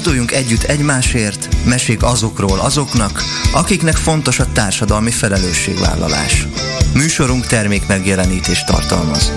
Mozduljunk együtt egymásért, mesék azokról azoknak, akiknek fontos a társadalmi felelősségvállalás. Műsorunk termék megjelenítést tartalmaz.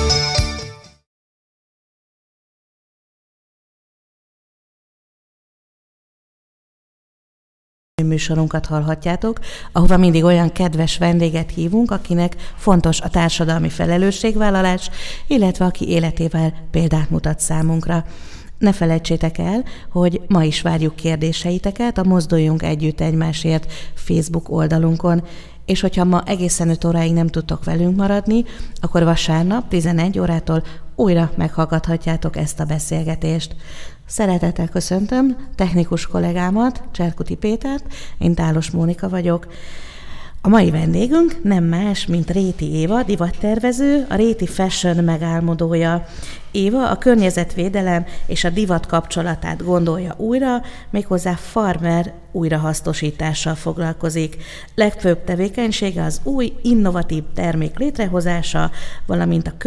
Műsorunkat hallhatjátok, ahova mindig olyan kedves vendéget hívunk, akinek fontos a társadalmi felelősségvállalás, illetve aki életével példát mutat számunkra. Ne felejtsétek el, hogy ma is várjuk kérdéseiteket a Mozduljunk Együtt Egymásért Facebook oldalunkon, és hogyha ma egészen 5 óráig nem tudtok velünk maradni, akkor vasárnap 11 órától újra meghallgathatjátok ezt a beszélgetést. Szeretettel köszöntöm technikus kollégámat, Cserkuti Pétert, én Tálos Mónika vagyok. A mai vendégünk nem más, mint Réti Éva, divattervező, a Réti Fashion megálmodója. Éva a környezetvédelem és a divat kapcsolatát gondolja újra, méghozzá farmer újrahasznosítással foglalkozik. Legfőbb tevékenysége az új, innovatív termék létrehozása, valamint a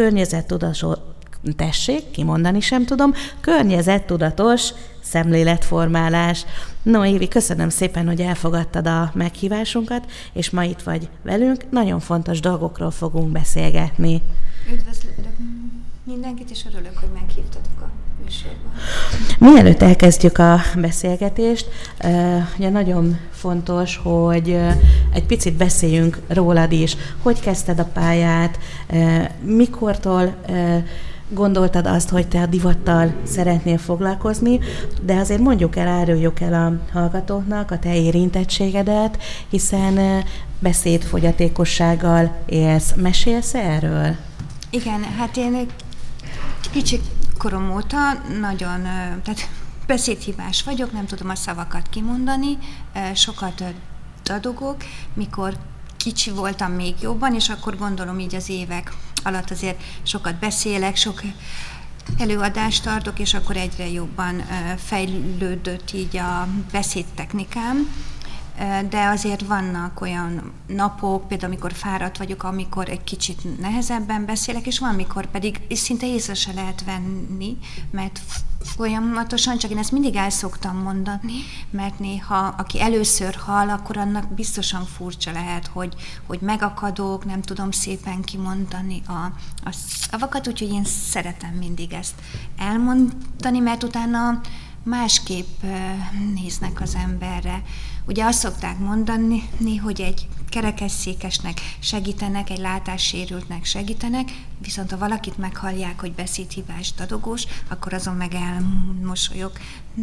környezettudatos szemléletformálás. No, Évi, köszönöm szépen, hogy elfogadtad a meghívásunkat, és ma itt vagy velünk. Nagyon fontos dolgokról fogunk beszélgetni. Üdvözlök mindenkit, és örülök, hogy meghívtatok a műsorban. Mielőtt elkezdjük a beszélgetést, ugye nagyon fontos, hogy egy picit beszéljünk rólad is. Hogy kezdted a pályát, mikortól gondoltad azt, hogy te a divattal szeretnél foglalkozni, de azért mondjuk el, áruljuk el a hallgatóknak a te érintettségedet, hiszen beszédfogyatékossággal élsz. Mesélsz erről? Igen, hát én kicsi korom óta nagyon, tehát beszédhibás vagyok, nem tudom a szavakat kimondani, sokat dadogok, mikor kicsi voltam még jobban, és akkor gondolom így az évek alatt azért sokat beszélek, sok előadást tartok, és akkor egyre jobban fejlődött így a beszédtechnikám. De azért vannak olyan napok, például amikor fáradt vagyok, amikor egy kicsit nehezebben beszélek, és van, amikor pedig szinte észre se lehet venni, mert folyamatosan, csak én ezt mindig el szoktam mondani, mert néha, aki először hall, akkor annak biztosan furcsa lehet, hogy megakadok, nem tudom szépen kimondani a szavakat, úgyhogy én szeretem mindig ezt elmondani, mert utána másképp néznek az emberre. Ugye azt szokták mondani, hogy egy kerekesszékesnek segítenek, egy látássérültnek segítenek, viszont ha valakit meghallják, hogy beszédhibás, dadogós, akkor azon meg elmosolyognak.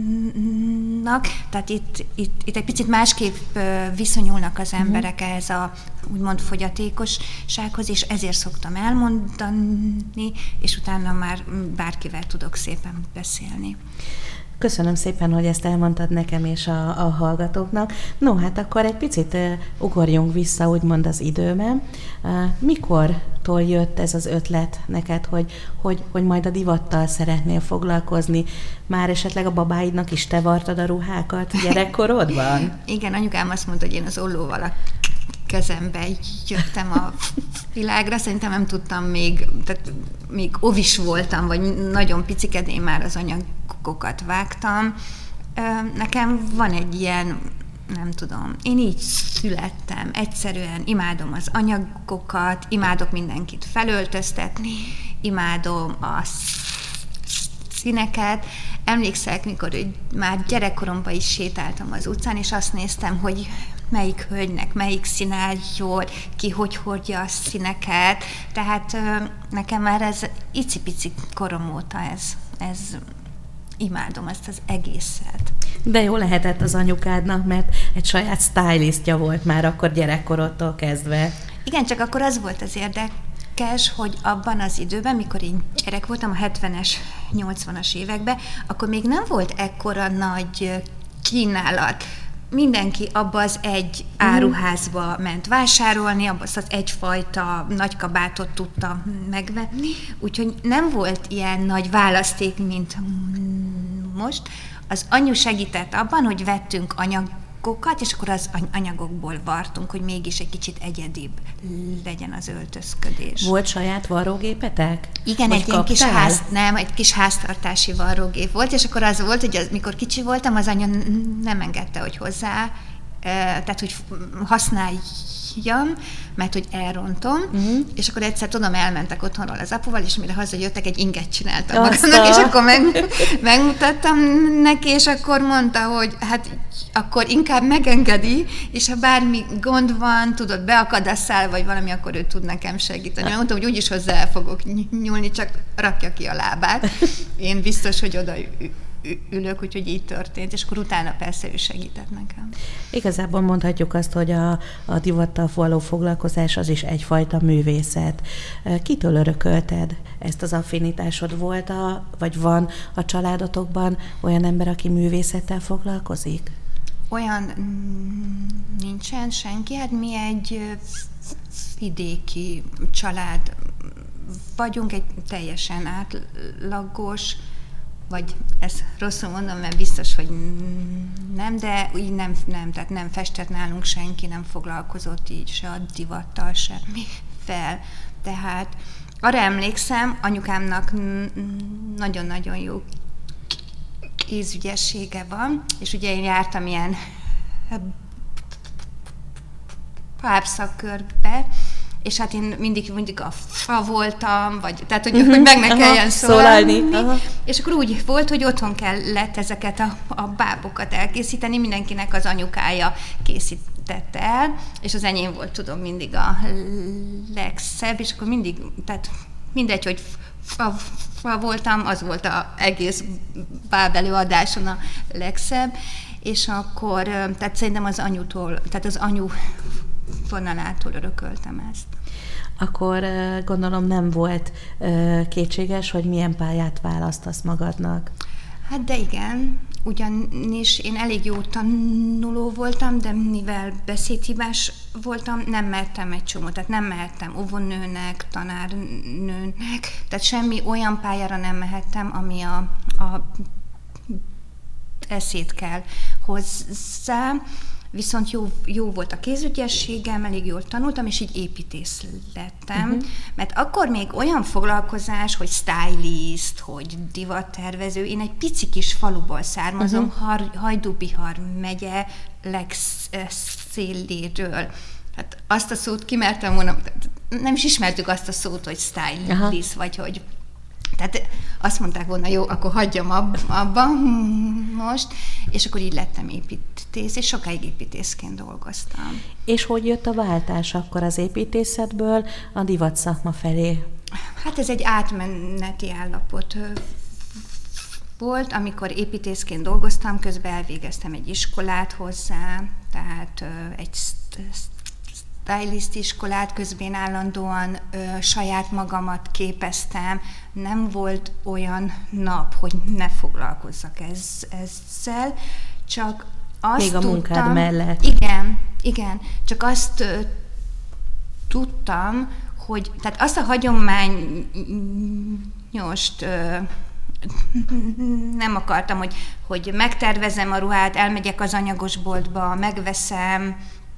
Tehát itt egy picit másképp viszonyulnak az emberek ehhez a úgymond fogyatékossághoz, és ezért szoktam elmondani, és utána már bárkivel tudok szépen beszélni. Köszönöm szépen, hogy ezt elmondtad nekem és a hallgatóknak. No, hát akkor egy picit ugorjunk vissza, úgymond az időben. Mikortól jött ez az ötlet neked, hogy majd a divattal szeretnél foglalkozni? Már esetleg a babáidnak is te vartad a ruhákat gyerekkorodban? Igen, anyukám azt mondta, hogy én az ollóval a kezembe jöttem a világra. Szerintem nem tudtam tehát még ovis voltam, vagy nagyon picikedén már az anyagokat vágtam. Nekem van egy ilyen, nem tudom, én így születtem, egyszerűen imádom az anyagokat, imádok mindenkit felöltöztetni, imádom a színeket. Emlékszek, mikor már gyerekkoromban is sétáltam az utcán, és azt néztem, hogy melyik hölgynek melyik szín áll jól, ki hogy hordja a színeket. Tehát nekem már ez icipici korom óta ez imádom ezt az egészet. De jó lehetett az anyukádnak, mert egy saját stylistja volt már akkor gyerekkorodtól kezdve. Igen, csak akkor az volt az érdekes, hogy abban az időben, mikor én gyerek voltam, a 70-es, 80-as években, akkor még nem volt ekkora nagy kínálat. Mindenki abba az egy áruházba ment vásárolni, abba az egyfajta nagy kabátot tudta megvenni, úgyhogy nem volt ilyen nagy választék, mint most. Az anyu segített abban, hogy vettünk anyagokat, és akkor az anyagokból vartunk, hogy mégis egy kicsit egyedibb legyen az öltözködés. Volt saját varrógépetek? Igen, Vagy egy kis háztartási varrógép volt, és akkor az volt, hogy mikor kicsi voltam, az anya nem engedte, hogy hozzá, tehát, hogy használjam, mert hogy elrontom, és akkor egyszer tudom, elmentek otthonról az apuval, és mire hazajöttek, egy inget csináltam magamnak, és akkor megmutattam neki, és akkor mondta, hogy hát akkor inkább megengedi, és ha bármi gond van, tudod, beakad a szál, vagy valami, akkor ő tud nekem segíteni. Mondtam, hogy úgyis hozzá el fogok nyúlni, csak rakja ki a lábát. Én biztos, hogy oda ülök, úgyhogy így történt, és akkor utána persze ő segített nekem. Igazából mondhatjuk azt, hogy a divattal való foglalkozás az is egyfajta művészet. Kitől örökölted ezt az affinitásod? Volt vagy van a családotokban olyan ember, aki művészettel foglalkozik? Olyan nincsen senki, hát mi egy vidéki család vagyunk, egy teljesen átlagos, vagy ezt rosszul mondom, mert biztos, hogy nem, de így nem, tehát nem festett nálunk senki, nem foglalkozott így se a divattal, semmi fel. Tehát arra emlékszem, anyukámnak nagyon-nagyon jó kézügyessége van, és ugye én jártam ilyen pápszakkörbe, és hát én mindig a fa voltam, vagy tehát, hogy meg ne kelljen szólalni. És akkor úgy volt, hogy otthon kellett ezeket a bábokat elkészíteni, mindenkinek az anyukája készítette el, és az enyém volt, tudom, mindig a legszebb, és akkor mindig, tehát mindegy, hogy fa voltam, az volt az egész báb előadáson a legszebb, és akkor, tehát szerintem az anyutól, tehát az anyu vonalától örököltem ezt. Akkor gondolom nem volt kétséges, hogy milyen pályát választasz magadnak. Hát de igen, ugyanis én elég jó tanuló voltam, de mivel beszédhibás voltam, nem mertem egy csomót, tehát nem mehettem óvónőnek, tanárnőnek, tehát semmi olyan pályára nem mehettem, ami a eszét kell hozzá. Viszont jó volt a kézügyességem, elég jól tanultam, és így építész lettem. Mert akkor még olyan foglalkozás, hogy stylist, hogy divattervező, én egy pici kis faluból származom, Hajdú-Bihar megye legszéléről. Hát azt a szót kimertem volna, nem is ismertük azt a szót, hogy stylist, vagy hogy... Tehát azt mondták volna, jó, akkor hagyjam abba most, és akkor így lettem építész, és sokáig építészként dolgoztam. És hogy jött a váltás akkor az építészetből a divat szakma felé? Hát ez egy átmeneti állapot volt, amikor építészként dolgoztam, közben elvégeztem egy iskolát hozzá, tehát egy stylist iskolát, közben állandóan saját magamat képeztem, nem volt olyan nap, hogy ne foglalkozzak ezzel, csak azt még a munkád mellett. Igen, csak azt tudtam, hogy, tehát azt a hagyományost nem akartam, hogy megtervezem a ruhát, elmegyek az anyagosboltba, megveszem,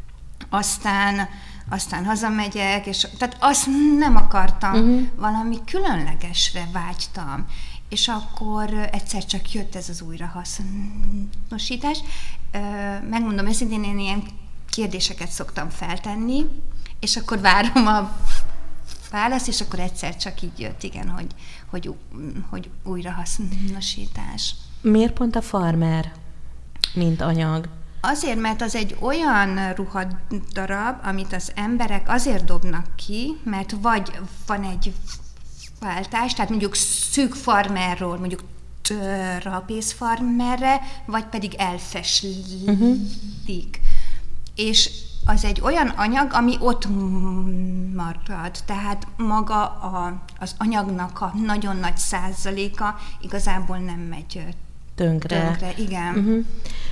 aztán hazamegyek, és tehát azt nem akartam, valami különlegesre vágytam. És akkor egyszer csak jött ez az újrahasznosítás. Megmondom őszintén, én ilyen kérdéseket szoktam feltenni, és akkor várom a választ, és akkor egyszer csak így jött, igen, hogy újrahasznosítás. Miért pont a farmer, mint anyag? Azért, mert az egy olyan ruhadarab, amit az emberek azért dobnak ki, mert vagy van egy váltás, tehát mondjuk szűk farmerról, mondjuk trapéz farmerre, vagy pedig elfeslik. És az egy olyan anyag, ami ott marad, tehát maga az anyagnak a nagyon nagy százaléka igazából nem megy tönkre. Igen.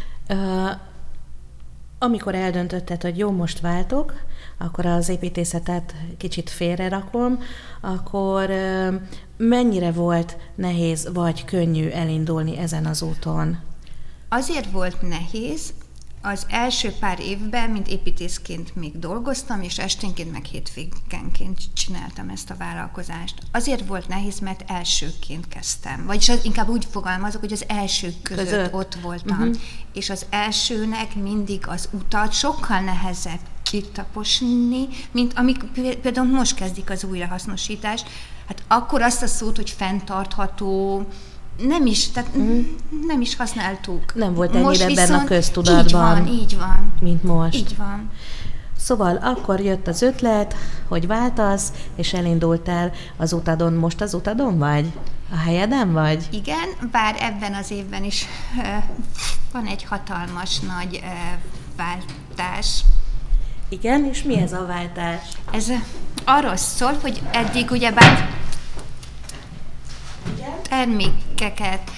Amikor eldöntötted, hogy jó, most váltok, akkor az építészetet kicsit félrerakom, akkor mennyire volt nehéz vagy könnyű elindulni ezen az úton? Azért volt nehéz, az első pár évben, mint építészként még dolgoztam, és esténként meg hétvégenként csináltam ezt a vállalkozást. Azért volt nehéz, mert elsőként kezdtem. Vagyis inkább úgy fogalmazok, hogy az elsők között ott voltam. És az elsőnek mindig az utat sokkal nehezebb kitaposni, mint amik például most kezdik az újrahasznosítást. Hát akkor azt a szót, hogy fenntartható, nem is használtuk. Nem volt ennyire ebben a köztudatban. Így van. Mint most. Így van. Szóval akkor jött az ötlet, hogy váltasz, és elindultál az utadon. Most az utadon vagy? A helyeden vagy? Igen, bár ebben az évben is van egy hatalmas nagy váltás. Igen, és mi ez a váltás? Ez arról szól, hogy eddig ugyebár termékeket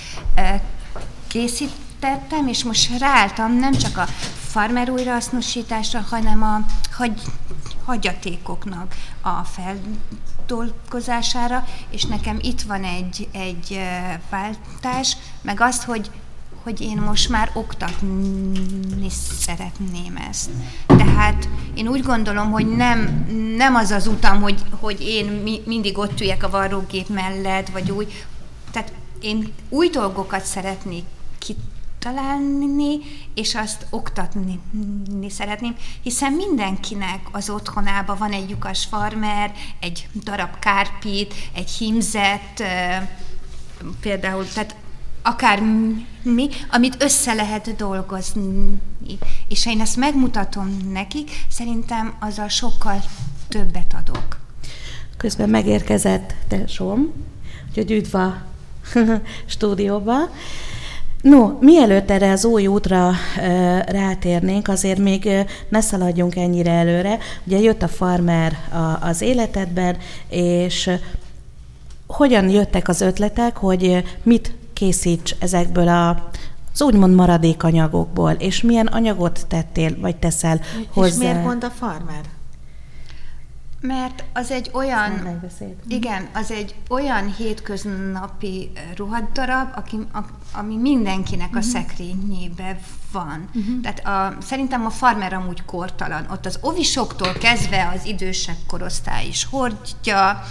készítettem, és most ráálltam nem csak a farmer újrahasznosításra, hanem a hagyatékoknak a feldolgozására, és nekem itt van egy váltás, meg azt, hogy én most már oktatni szeretném ezt. Tehát én úgy gondolom, hogy nem az az utam, hogy én mindig ott üljek a varrógép mellett, vagy úgy. Tehát én új dolgokat szeretnék kitalálni, és azt oktatni szeretném, hiszen mindenkinek az otthonában van egy lyukas farmer, egy darab kárpit, egy hímzett, például, tehát akár mi, amit össze lehet dolgozni. És ha én ezt megmutatom nekik, szerintem azzal sokkal többet adok. Közben megérkezett tesóm, úgyhogy üdv a stúdióba. No, mielőtt erre az új útra rátérnénk, azért még ne szaladjunk ennyire előre. Ugye jött a farmer az életedben, és hogyan jöttek az ötletek, hogy mit készíts ezekből az úgymond maradékanyagokból, és milyen anyagot tettél, vagy teszel hozzá? És miért pont a farmer? Mert az egy olyan, igen, az egy olyan hétköznapi ruhadarab, ami mindenkinek a szekrényében van. Tehát szerintem a farmer amúgy kortalan. Ott az ovisoktól kezdve az idősebb korosztály is hordja.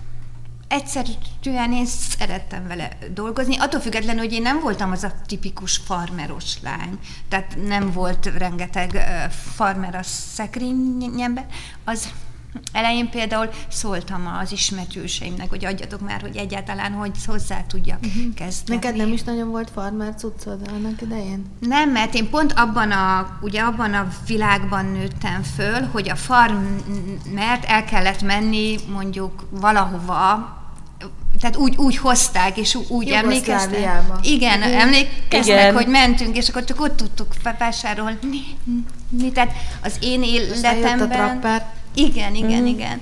Egyszerűen én szerettem vele dolgozni, attól függetlenül, hogy én nem voltam az a tipikus farmeros lány, tehát nem volt rengeteg farmer a szekrényemben. Az elején például szóltam az ismerőseimnek, hogy adjatok már, hogy egyáltalán hogy hozzá tudjak kezdeni. Neked nem is nagyon volt farmer cuccod annak idején? Nem, mert én pont abban a világban nőttem föl, hogy a farmert el kellett menni mondjuk valahova, tehát úgy hozták, és úgy emlékeztek. Igen, emlékeztek, hogy mentünk, és akkor csak ott tudtuk vásárolni. Tehát az én életemben... Igen.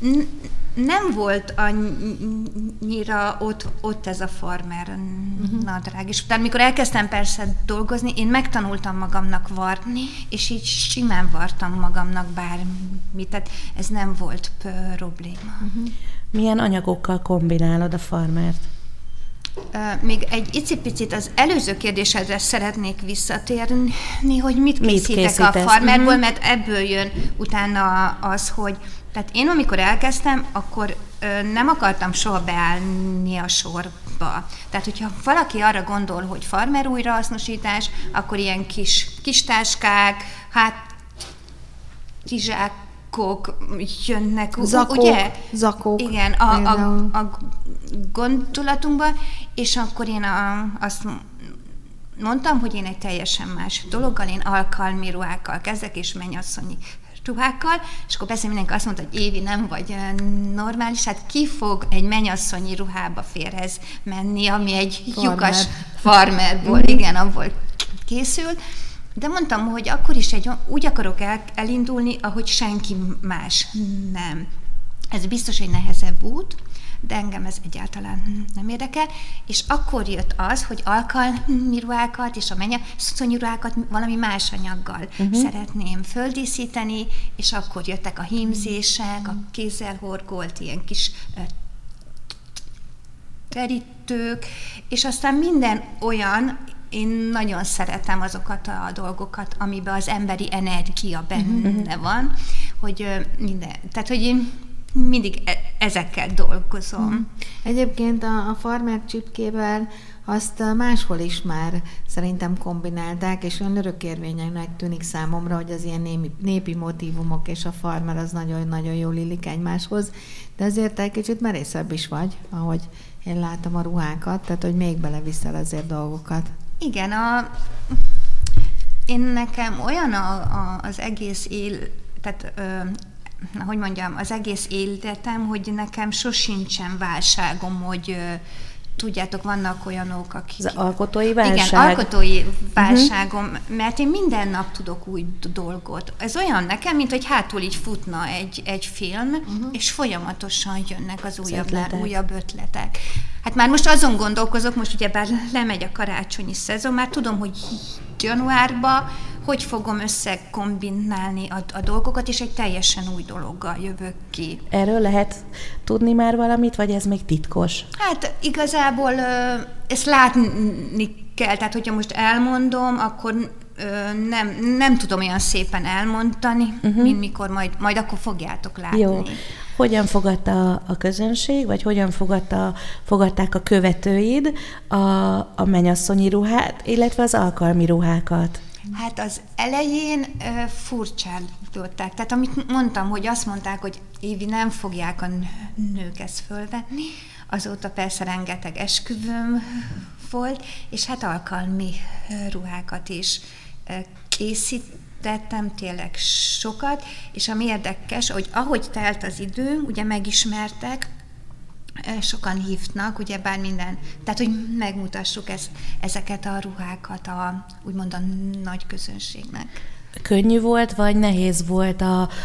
Nem volt annyira ott ez a farmer nadrág. És utána, amikor elkezdtem persze dolgozni, én megtanultam magamnak varni, és így simán vartam magamnak bármit. Tehát ez nem volt probléma. Milyen anyagokkal kombinálod a farmert? Még egy icipicit az előző kérdésedre szeretnék visszatérni, hogy mit készítek a farmerból, mert ebből jön utána az, hogy tehát én amikor elkezdtem, akkor nem akartam soha beállni a sorba. Tehát, hogyha valaki arra gondol, hogy farmer újrahasznosítás, akkor ilyen kis táskák, hátizsákok jönnek, ugye? Zakók. Igen, a gondolatunkban, és akkor én azt mondtam, hogy én egy teljesen más dologgal, én alkalmi ruhákkal kezdek, és mennyasszonyi ruhákkal, és akkor persze mindenki azt mondta, hogy Évi, nem vagy normális, hát ki fog egy mennyasszonyi ruhába férhez menni, ami egy lyukas farmerból, igen, abból készült. De mondtam, hogy akkor is úgy akarok elindulni, ahogy senki más nem. Ez biztos egy nehezebb út, de engem ez egyáltalán nem érdekel, és akkor jött az, hogy alkalmi ruhákat és a mennyasszonyi ruhákat valami más anyaggal szeretném földíszíteni, és akkor jöttek a hímzések, a kézzel horgolt ilyen kis terítők, és aztán minden olyan, én nagyon szeretem azokat a dolgokat, amiben az emberi energia benne van, hogy tehát hogy én mindig ezekkel dolgozom. Egyébként a farmer csipkével azt máshol is már szerintem kombinálták, és olyan örökérvényeknek tűnik számomra, hogy az ilyen népi motívumok és a farmer az nagyon-nagyon jól illik egymáshoz, de azért egy kicsit merészebb is vagy, ahogy én látom a ruhákat, tehát hogy még beleviszel azért dolgokat. Igen, én nekem olyan az egész tehát hogy mondjam, az egész életem, hogy nekem sosincsen válságom, hogy tudjátok, vannak olyanok, akik... Az alkotói válság. Igen, alkotói válságom, mert én minden nap tudok új dolgot. Ez olyan nekem, mint hogy hátul így futna egy film, és folyamatosan jönnek az újabb ötletek. Hát már most azon gondolkozok, most ugyebár lemegy a karácsonyi szezon, már tudom, hogy januárban hogy fogom összekombinálni a dolgokat, és egy teljesen új dologgal jövök ki. Erről lehet tudni már valamit, vagy ez még titkos? Hát igazából ezt látni kell, tehát hogyha most elmondom, akkor nem tudom olyan szépen elmondani, mint mikor majd akkor fogjátok látni. Jó. Hogyan fogadta a közönség, vagy hogyan fogadták a követőid a mennyasszonyi ruhát, illetve az alkalmi ruhákat? Hát az elején furcsálódták. Tehát amit mondtam, hogy azt mondták, hogy Évi, nem fogják a nők ezt fölvenni, azóta persze rengeteg esküvőm volt, és hát alkalmi ruhákat is készítettem, tényleg sokat, és ami érdekes, hogy ahogy telt az idő, ugye megismertek, sokan hívnak, ugyebár minden, tehát hogy megmutassuk ezeket a ruhákat úgymond a nagy közönségnek. Könnyű volt, vagy nehéz volt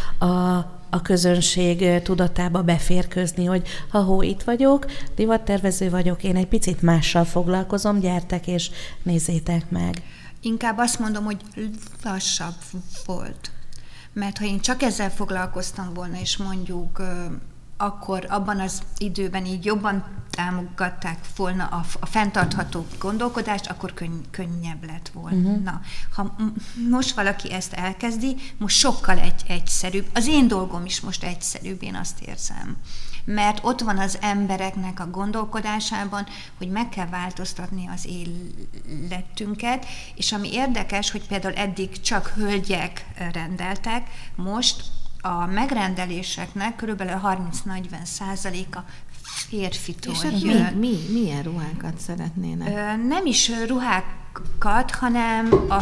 a közönség tudatába beférkőzni, hogy itt vagyok, divattervező vagyok, én egy picit mással foglalkozom, gyertek és nézzétek meg. Inkább azt mondom, hogy lassabb volt. Mert ha én csak ezzel foglalkoztam volna, és mondjuk akkor abban az időben így jobban támogatták volna a fenntartható gondolkodást, akkor könnyebb lett volna. Ha most valaki ezt elkezdi, most sokkal egyszerűbb. Az én dolgom is most egyszerűbb, én azt érzem. Mert ott van az embereknek a gondolkodásában, hogy meg kell változtatni az életünket, és ami érdekes, hogy például eddig csak hölgyek rendeltek, most a megrendeléseknek körülbelül 30-40%-a férfitól jön. Milyen ruhákat szeretnének? Nem is ruhákat, hanem a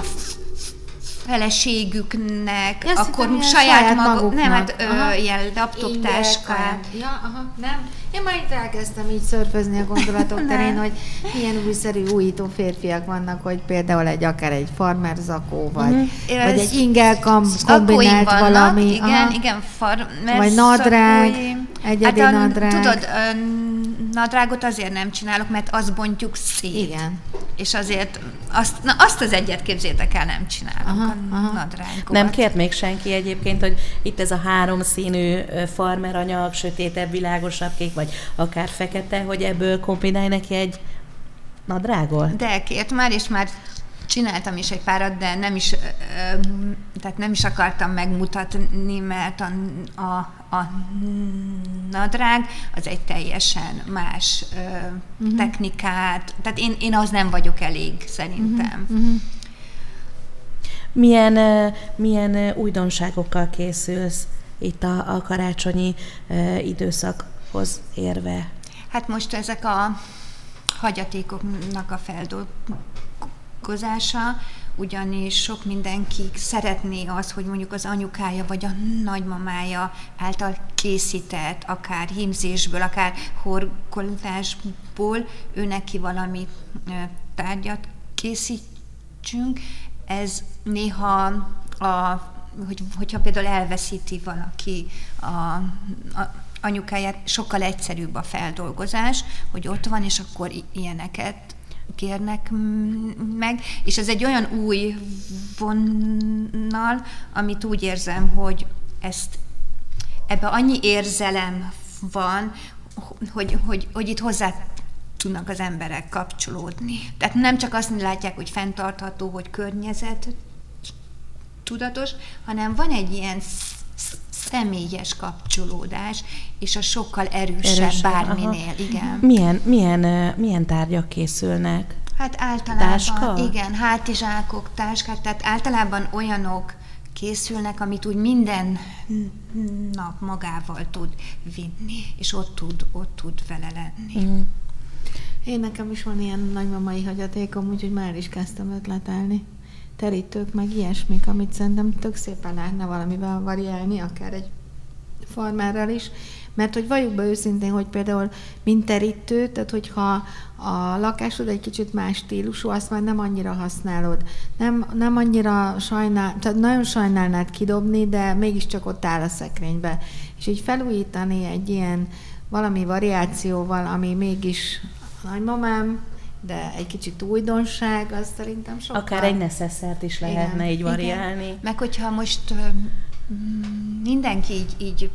feleségüknek, akkor saját maguk, nem, hát ilyen laptoptáskát. Nem. Én már itt elkezdtem így szörfözni a gondolatok terén, hogy milyen újszerű, újító férfiak vannak, hogy például akár egy farmer zakó, vagy egy ingel kombinált valami. Igen, farmer vagy nadrág, egyedi nadrág. Tudod, nadrágot azért nem csinálok, mert azt bontjuk szét. Igen. És azért azt az egyet képzétek el, nem csinálok a nadrágot. Nem kért még senki egyébként, hogy itt ez a 3 színű farmeranyag, sötétebb, világosabb kék, vagy akár fekete, hogy ebből kombinálj neki egy nadrágot? De kért már, és már csináltam is egy párat, de tehát nem is akartam megmutatni, mert a nadrág az egy teljesen más technikát, tehát én az nem vagyok elég, szerintem. Milyen újdonságokkal készülsz itt a karácsonyi időszakhoz érve? Hát most ezek a hagyatékoknak a feldolgozása, ugyanis sok mindenki szeretné az, hogy mondjuk az anyukája vagy a nagymamája által készített, akár hímzésből, akár horkolásból ő neki valami tárgyat készítsünk. Ez néha, hogyha például elveszíti valaki a anyukáját, sokkal egyszerűbb a feldolgozás, hogy ott van, és akkor ilyeneket kérnek meg, és ez egy olyan új vonal, amit úgy érzem, hogy ebben annyi érzelem van, hogy itt hozzá tudnak az emberek kapcsolódni. Tehát nem csak azt látják, hogy fenntartható, hogy környezet tudatos, hanem van egy ilyen személyes kapcsolódás, és a sokkal erősebb bárminél. Igen. Milyen tárgyak készülnek? Hát általában, Táska? igen, hátizsákok, táskák, tehát általában olyanok készülnek, amit úgy minden nap magával tud vinni, és ott tud vele lenni. Mm. Én nekem is van ilyen nagymamai hagyatékom, úgyhogy már is kezdtem ötletelni. Terítők, meg ilyesmik, amit szerintem tök szépen lehetne valamivel variálni, akár egy farmerrel is. Mert hogy valljuk be őszintén, hogy például mint terítő, tehát hogyha a lakásod egy kicsit más stílusú, azt már nem annyira használod. Nem annyira tehát nagyon sajnálnád kidobni, de mégiscsak ott áll a szekrénybe. És így felújítani egy ilyen valami variációval, ami mégis a nagymamám, de egy kicsit újdonság, az szerintem sokkal... Akár egy neszeszert is lehetne így variálni. Igen. Meg hogyha most mindenki így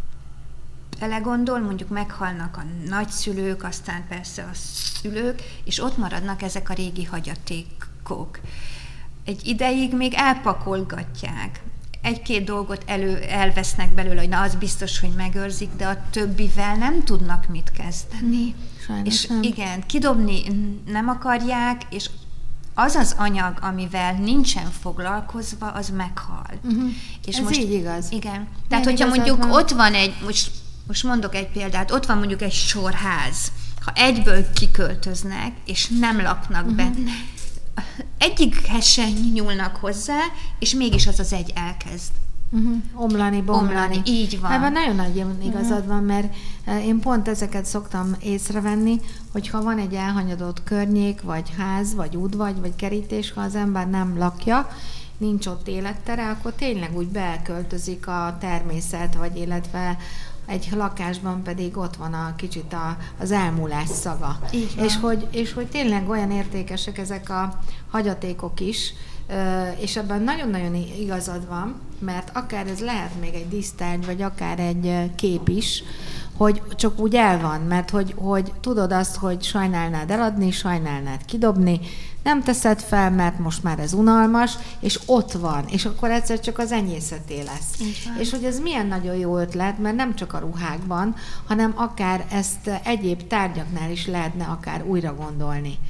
belegondol, mondjuk meghalnak a nagyszülők, aztán persze a szülők, és ott maradnak ezek a régi hagyatékok. Egy ideig még elpakolgatják. Egy-két dolgot elvesznek belőle, hogy na, az biztos, hogy megőrzik, de a többivel nem tudnak mit kezdeni. Sajnos és nem. igen, kidobni nem akarják, és az az anyag, amivel nincsen foglalkozva, az meghal. És ez most, így igaz. Igen. Tehát, hogyha mondjuk ott van most mondok egy példát, ott van mondjuk egy sorház, ha egyből kiköltöznek, és nem laknak benne, egyikhez sem nyúlnak hozzá, és mégis az egy elkezd. Omlani, bomlani. Így van. Ebben nagyon nagy igazad van, mert én pont ezeket szoktam észrevenni, hogyha van egy elhanyadott környék, vagy ház, vagy udvar, vagy kerítés, ha az ember nem lakja, nincs ott élettere, akkor tényleg úgy beköltözik a természet, vagy illetve egy lakásban pedig ott van kicsit az elmúlás szaga. És hogy tényleg olyan értékesek ezek a hagyatékok is, és ebben nagyon-nagyon igazad van, mert akár ez lehet még egy dísztárgy, vagy akár egy kép is, hogy csak úgy el van, mert hogy tudod azt, hogy sajnálnád eladni, sajnálnád kidobni, nem teszed fel, mert most már ez unalmas, és ott van, és akkor egyszer csak az enyészeté lesz. És hogy ez milyen nagyon jó ötlet, mert nem csak a ruhákban, hanem akár ezt egyéb tárgyaknál is lehetne akár újra gondolni.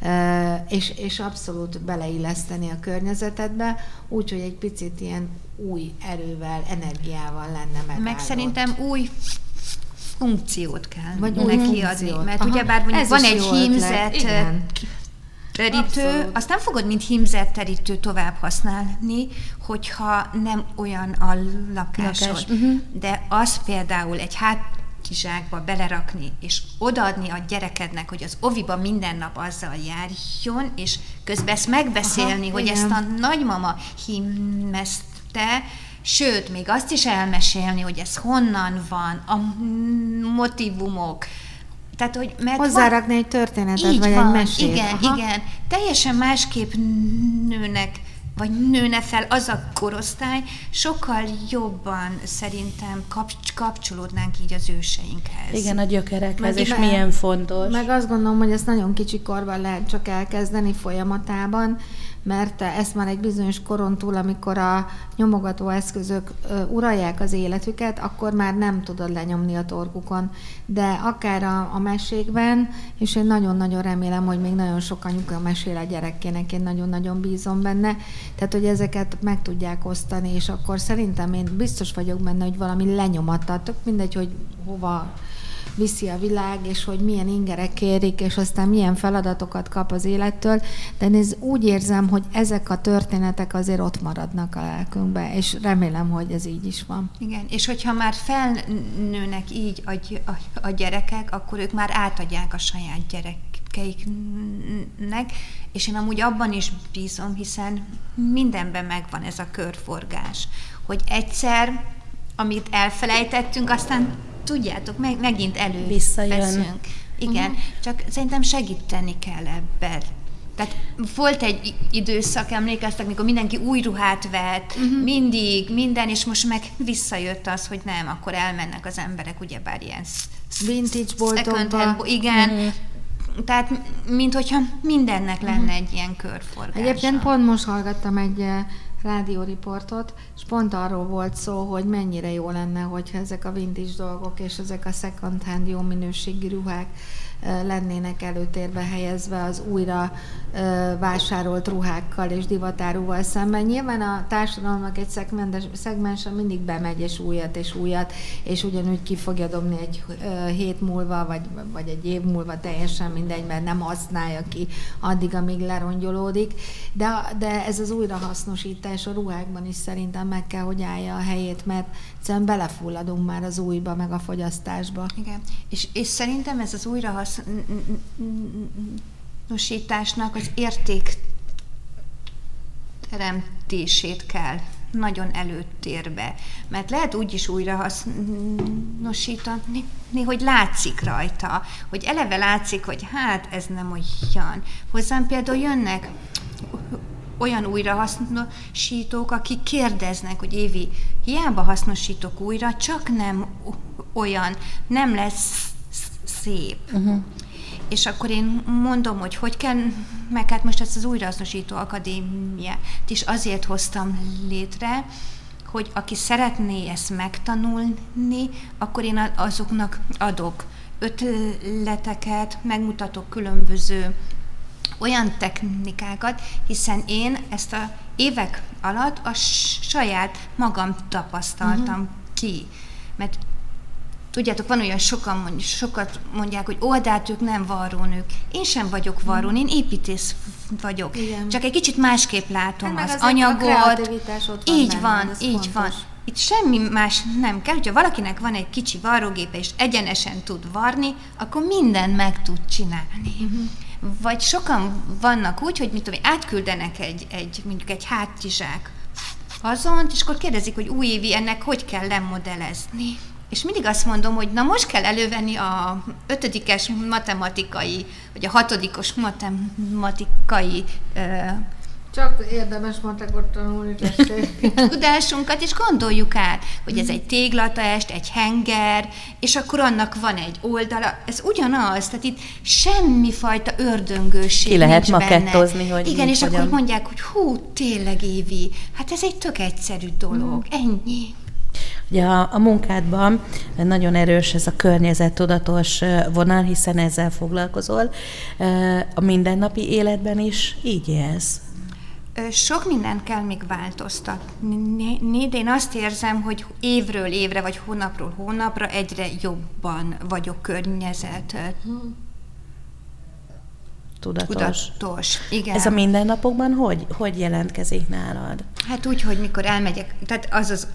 És abszolút beleilleszteni a környezetedbe, úgyhogy egy picit ilyen új erővel, energiával lenne megáldott. Meg szerintem új funkciót kell vagy neki adni, mert ugyebár mondjuk van egy hímzett terítő, abszolút. azt nem fogod, mint hímzett terítő tovább használni, hogyha nem olyan a lakásod. De az például egy hátizsákba belerakni, és odaadni a gyerekednek, hogy az oviba minden nap azzal járjon, és közben ezt megbeszélni, hogy igen. ezt a nagymama hímezte, sőt, még azt is elmesélni, hogy ez honnan van, a motívumok. Tehát, hogy mert hozzárakni egy történetet, vagy van, egy mesét. Igen. Teljesen másképp nőne fel az a korosztály, sokkal jobban szerintem kapcsolódnánk így az őseinkhez. Igen, a gyökerekhez, és milyen fontos. Meg azt gondolom, hogy ezt nagyon kicsi korban lehet csak elkezdeni folyamatában, mert ezt már egy bizonyos koron túl, amikor a nyomogató eszközök uralják az életüket, akkor már nem tudod lenyomni a torkukon. De akár a mesékben, és én nagyon-nagyon remélem, hogy még nagyon sok anyuka mesél a gyerekének, én nagyon-nagyon bízom benne, tehát, hogy ezeket meg tudják osztani, és akkor szerintem én biztos vagyok benne, hogy valami lenyomattal, tök mindegy, hogy hova viszi a világ, és hogy milyen ingerek érik, és aztán milyen feladatokat kap az élettől, de én úgy érzem, hogy ezek a történetek azért ott maradnak a lelkünkbe, és remélem, hogy ez így is van. Igen, és hogyha már felnőnek így a gyerekek, akkor ők már átadják a saját gyerekeiknek, és én amúgy abban is bízom, hiszen mindenben megvan ez a körforgás, hogy egyszer, amit elfelejtettünk, aztán tudjátok, megint előveszünk. Igen, csak szerintem segíteni kell ebben. Tehát volt egy időszak, emlékeztek, mikor mindenki új ruhát vett, mindig, minden, és most meg visszajött az, hogy nem, akkor elmennek az emberek, ugyebár ilyen vintage boltokba. Igen, tehát mint hogyha mindennek lenne egy ilyen körforgása. Egyébként pont most hallgattam egy rádióriportot, és pont arról volt szó, hogy mennyire jó lenne, hogyha ezek a vintage dolgok és ezek a second hand jó minőségi ruhák lennének előtérbe helyezve az újra vásárolt ruhákkal és divatárúval szemben. Nyilván a társadalomnak egy szegmensen mindig bemegy és újat, és ugyanúgy ki fogja dobni egy hét múlva, vagy egy év múlva, teljesen mindegy, mert nem használja ki addig, amíg lerongyolódik. De ez az újrahasznosítás a ruhákban is szerintem meg kell, hogy állja a helyét, mert egyszerűen belefulladunk már az újba, meg a fogyasztásba. Igen. És szerintem ez az újrahasznosításnak az értékteremtését kell nagyon előtérbe. Mert lehet úgy is újrahasznosítani, hogy látszik rajta, hogy eleve látszik, hogy hát ez nem olyan. Hozzám például jönnek olyan újrahasznosítók, akik kérdeznek, hogy Évi, hiába hasznosítok újra, csak nem olyan, nem lesz szép. És akkor én mondom, hogy kell, meg hát most ezt az újrahasznosító akadémiát is azért hoztam létre, hogy aki szeretné ezt megtanulni, akkor én azoknak adok ötleteket, megmutatok különböző olyan technikákat, hiszen én ezt a évek alatt a saját magam tapasztaltam ki. Mert tudjátok, van olyan sokat mondják, hogy de hát ők nem varrónők. Én sem vagyok varrón, én építész vagyok. Igen. Csak egy kicsit másképp látom az anyagot. Így van. Itt semmi más nem kell. Ha valakinek van egy kicsi varrógépe, és egyenesen tud varni, akkor mindent meg tud csinálni. Vagy sokan vannak úgy, hogy átküldenek mondjuk egy hátizsák fazont, és akkor kérdezik, hogy Évi, ennek hogy kell lemodellezni. És mindig azt mondom, hogy na most kell elővenni a 5-es matematikai, vagy a 6-os matematikai csak érdemes matekot tanulni, tudásunkat, és gondoljuk át, hogy ez egy téglatest, egy henger, és akkor annak van egy oldala, ez ugyanaz, tehát itt semmifajta ördöngőség ki lehet nincs makettozni, benne. hogy igen, és hogyan. Akkor mondják, hogy tényleg Évi, hát ez egy tök egyszerű dolog, ennyi. Ugye a munkádban nagyon erős ez a környezettudatos vonal, hiszen ezzel foglalkozol. A mindennapi életben is így élsz? Sok mindent kell még változtatni, de én azt érzem, hogy évről évre, vagy hónapról hónapra egyre jobban vagyok tudatos. Igen. Ez a mindennapokban hogy jelentkezik nálad? Hát úgy, hogy mikor elmegyek, tehát az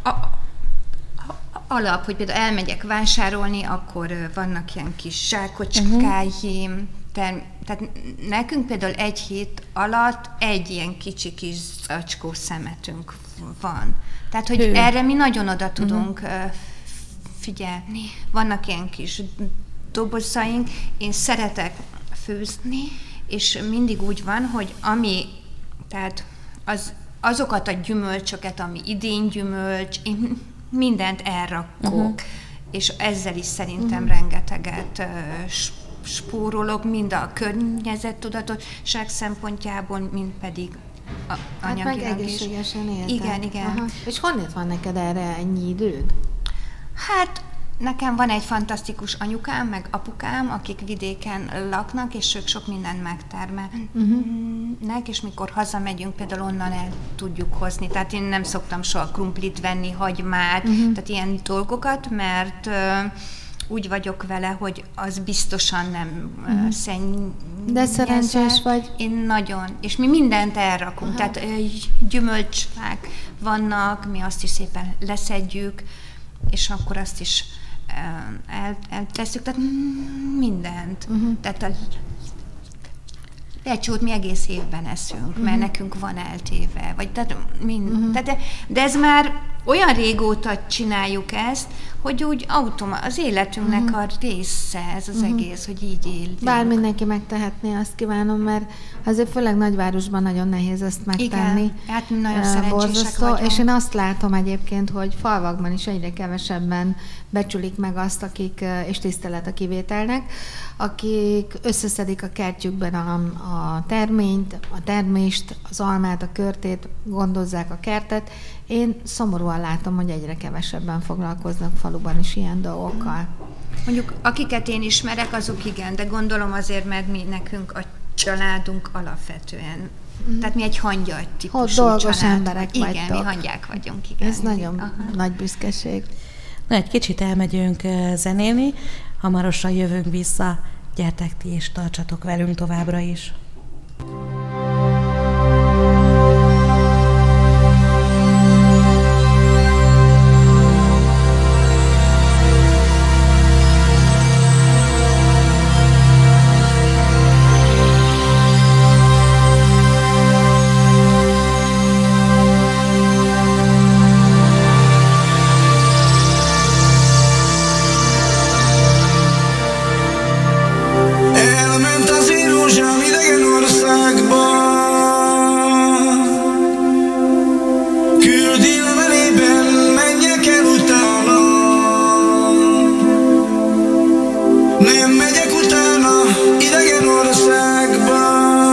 alap, hogy például elmegyek vásárolni, akkor vannak ilyen kis zsákocskáim, tehát nekünk például egy hét alatt egy ilyen kicsi kis zacskó szemetünk van. Tehát, hogy erre mi nagyon oda tudunk figyelni. Vannak ilyen kis dobozaink, én szeretek főzni, és mindig úgy van, hogy tehát azokat a gyümölcsöket, ami idén gyümölcs, én mindent elrakok, és ezzel is szerintem rengeteget spórolok, mind a környezettudatosság szempontjából, mind pedig anyagilag is. Hát meg egészségesen éltek. Igen. Aha. És honnét van neked erre ennyi időd? Hát nekem van egy fantasztikus anyukám, meg apukám, akik vidéken laknak, és ők sok mindent megtermelnek, és mikor hazamegyünk, például onnan el tudjuk hozni. Tehát én nem szoktam soha krumplit venni, hagymát, tehát ilyen dolgokat, mert úgy vagyok vele, hogy az biztosan nem szennyezett. De szerencsés vagy. Én nagyon. És mi mindent elrakunk. Tehát gyümölcsfák vannak, mi azt is szépen leszedjük, és akkor azt is eltesszük, tehát mindent. Tehát a lecsót mi egész évben eszünk, mert nekünk van eltéve. Vagy, tehát de ez már olyan régóta csináljuk ezt, hogy úgy az életünknek a része ez az egész, hogy így éljünk. Bár mindenki megtehetné, azt kívánom, mert azért főleg nagyvárosban nagyon nehéz ezt megtenni. Igen, hát nagyon szerencsések vagyunk. És én azt látom egyébként, hogy falvakban is egyre kevesebben becsülik meg azt, akik, és tisztelet a kivételnek, akik összeszedik a kertjükben a terményt, a termést, az almát, a körtét, gondozzák a kertet. Én szomorúan látom, hogy egyre kevesebben foglalkoznak faluban is ilyen dolgokkal. Mondjuk, akiket én ismerek, azok igen, de gondolom azért, mert nekünk a családunk alapvetően, tehát mi egy hangyal típusú dolgos család. Emberek vagytok. Igen, mi hangyák vagyunk, igen. Ez nagyon nagy büszkeség. Na, egy kicsit elmegyünk zenélni, hamarosan jövünk vissza, gyertek ti és tartsatok velünk továbbra is. Elment az én rózsám idegen országba, küldi levelében, menjek el utána. Nem megyek utána idegen országba,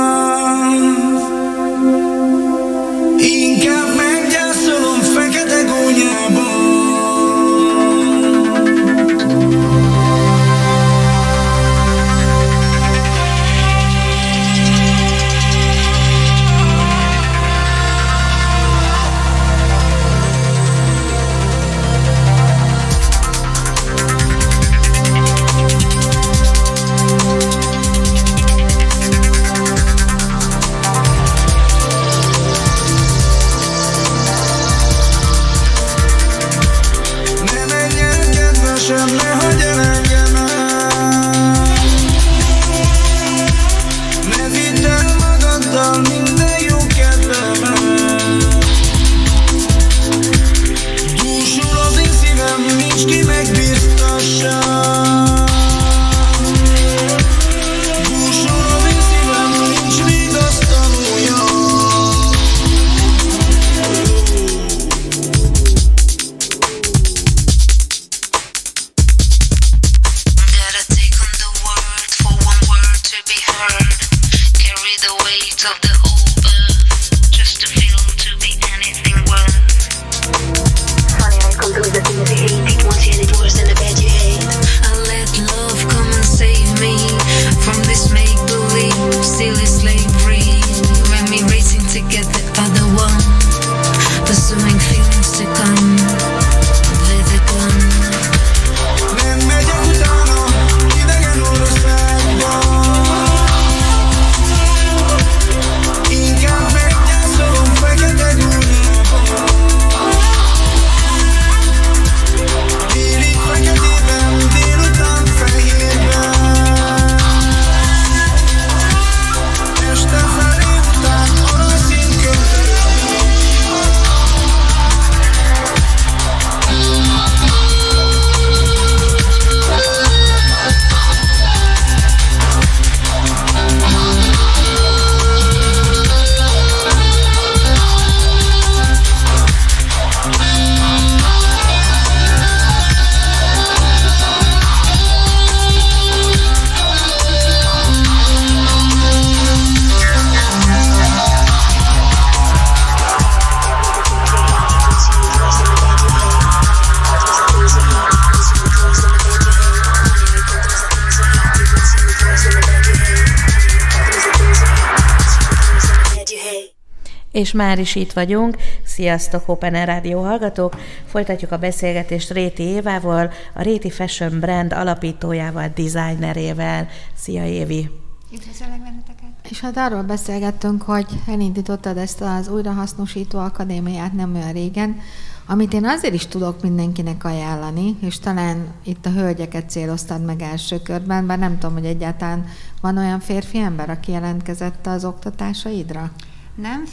inkább meggyászolom fekete gónyába. Ne hagyj el engemet, ne vidd el magaddal minden jó kedvemet. Dúsul az én szívem, nincs ki megbíztassa. Dúsul az én szívem, nincs vigasztalója. Of the whole earth, just to feel to be anything worth. Funny, I come through the things you hate. It won't get it worse than the bed you hate. I let love come and save me from this make-believe, silly slavery. When we racing to get the other one, pursuing feelings to come with a gun. Nem megyek utána idegen országba, inkább meggyászolom fekete gónyába. Déli feketében, délután fehérben, este felé után aranyszín kötőben. És már is itt vagyunk. Sziasztok, Open Air Rádió hallgatók! Folytatjuk a beszélgetést Réti Évával, a Réti Fashion Brand alapítójával, designerével. Szia, Évi! Üdvözöllek benneteket! És hát arról beszélgettünk, hogy elindítottad ezt az újrahasznosító akadémiát nem olyan régen, amit én azért is tudok mindenkinek ajánlani, és talán itt a hölgyeket céloztad meg első körben, bár nem tudom, hogy egyáltalán van olyan férfi ember, aki jelentkezett az oktatásaidra? Nem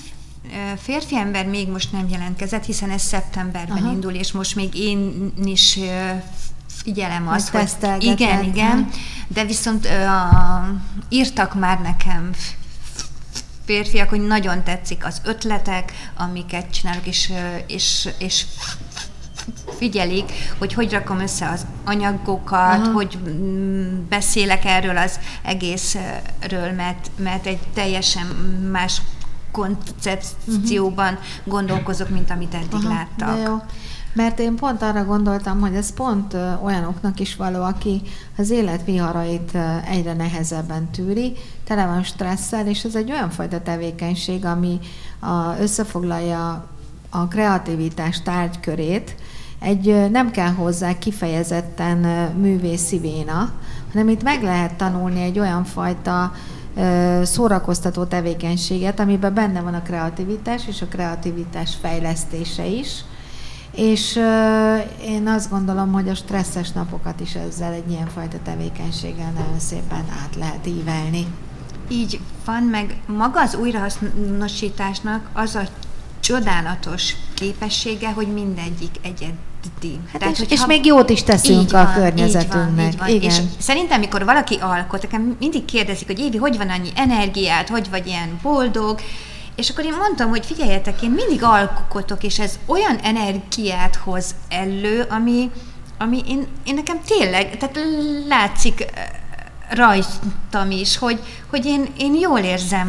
férfi ember még most nem jelentkezett, hiszen ez szeptemberben indul, és most még én is figyelem azt, hogy igen, de viszont írtak már nekem férfiak, hogy nagyon tetszik az ötletek, amiket csinálok, és figyelik, hogy rakom össze az anyagokat, hogy beszélek erről az egészről, mert egy teljesen más koncepcióban gondolkozok, mint amit eddig láttak. De jó. Mert én pont arra gondoltam, hogy ez pont olyanoknak is való, aki az élet viharait egyre nehezebben tűri, tele van stresszel, és ez egy olyan fajta tevékenység, ami összefoglalja a kreativitás tárgykörét. Nem kell hozzá kifejezetten művészi véna, hanem itt meg lehet tanulni egy olyan fajta szórakoztató tevékenységet, amiben benne van a kreativitás és a kreativitás fejlesztése is. És én azt gondolom, hogy a stresszes napokat is ezzel egy ilyenfajta tevékenységgel nagyon szépen át lehet ívelni. Így van, meg maga az újrahasznosításnak az a csodálatos képessége, hogy mindegyik egyedi. Hát tehát, és még jót is teszünk a környezetünknek. Így van. Igen. És szerintem, mikor valaki alkot, nekem mindig kérdezik, hogy Évi, hogy van annyi energiát, hogy vagy ilyen boldog, és akkor én mondtam, hogy figyeljetek, én mindig alkotok, és ez olyan energiát hoz elő, ami én nekem tényleg, tehát látszik rajtam is, hogy én jól érzem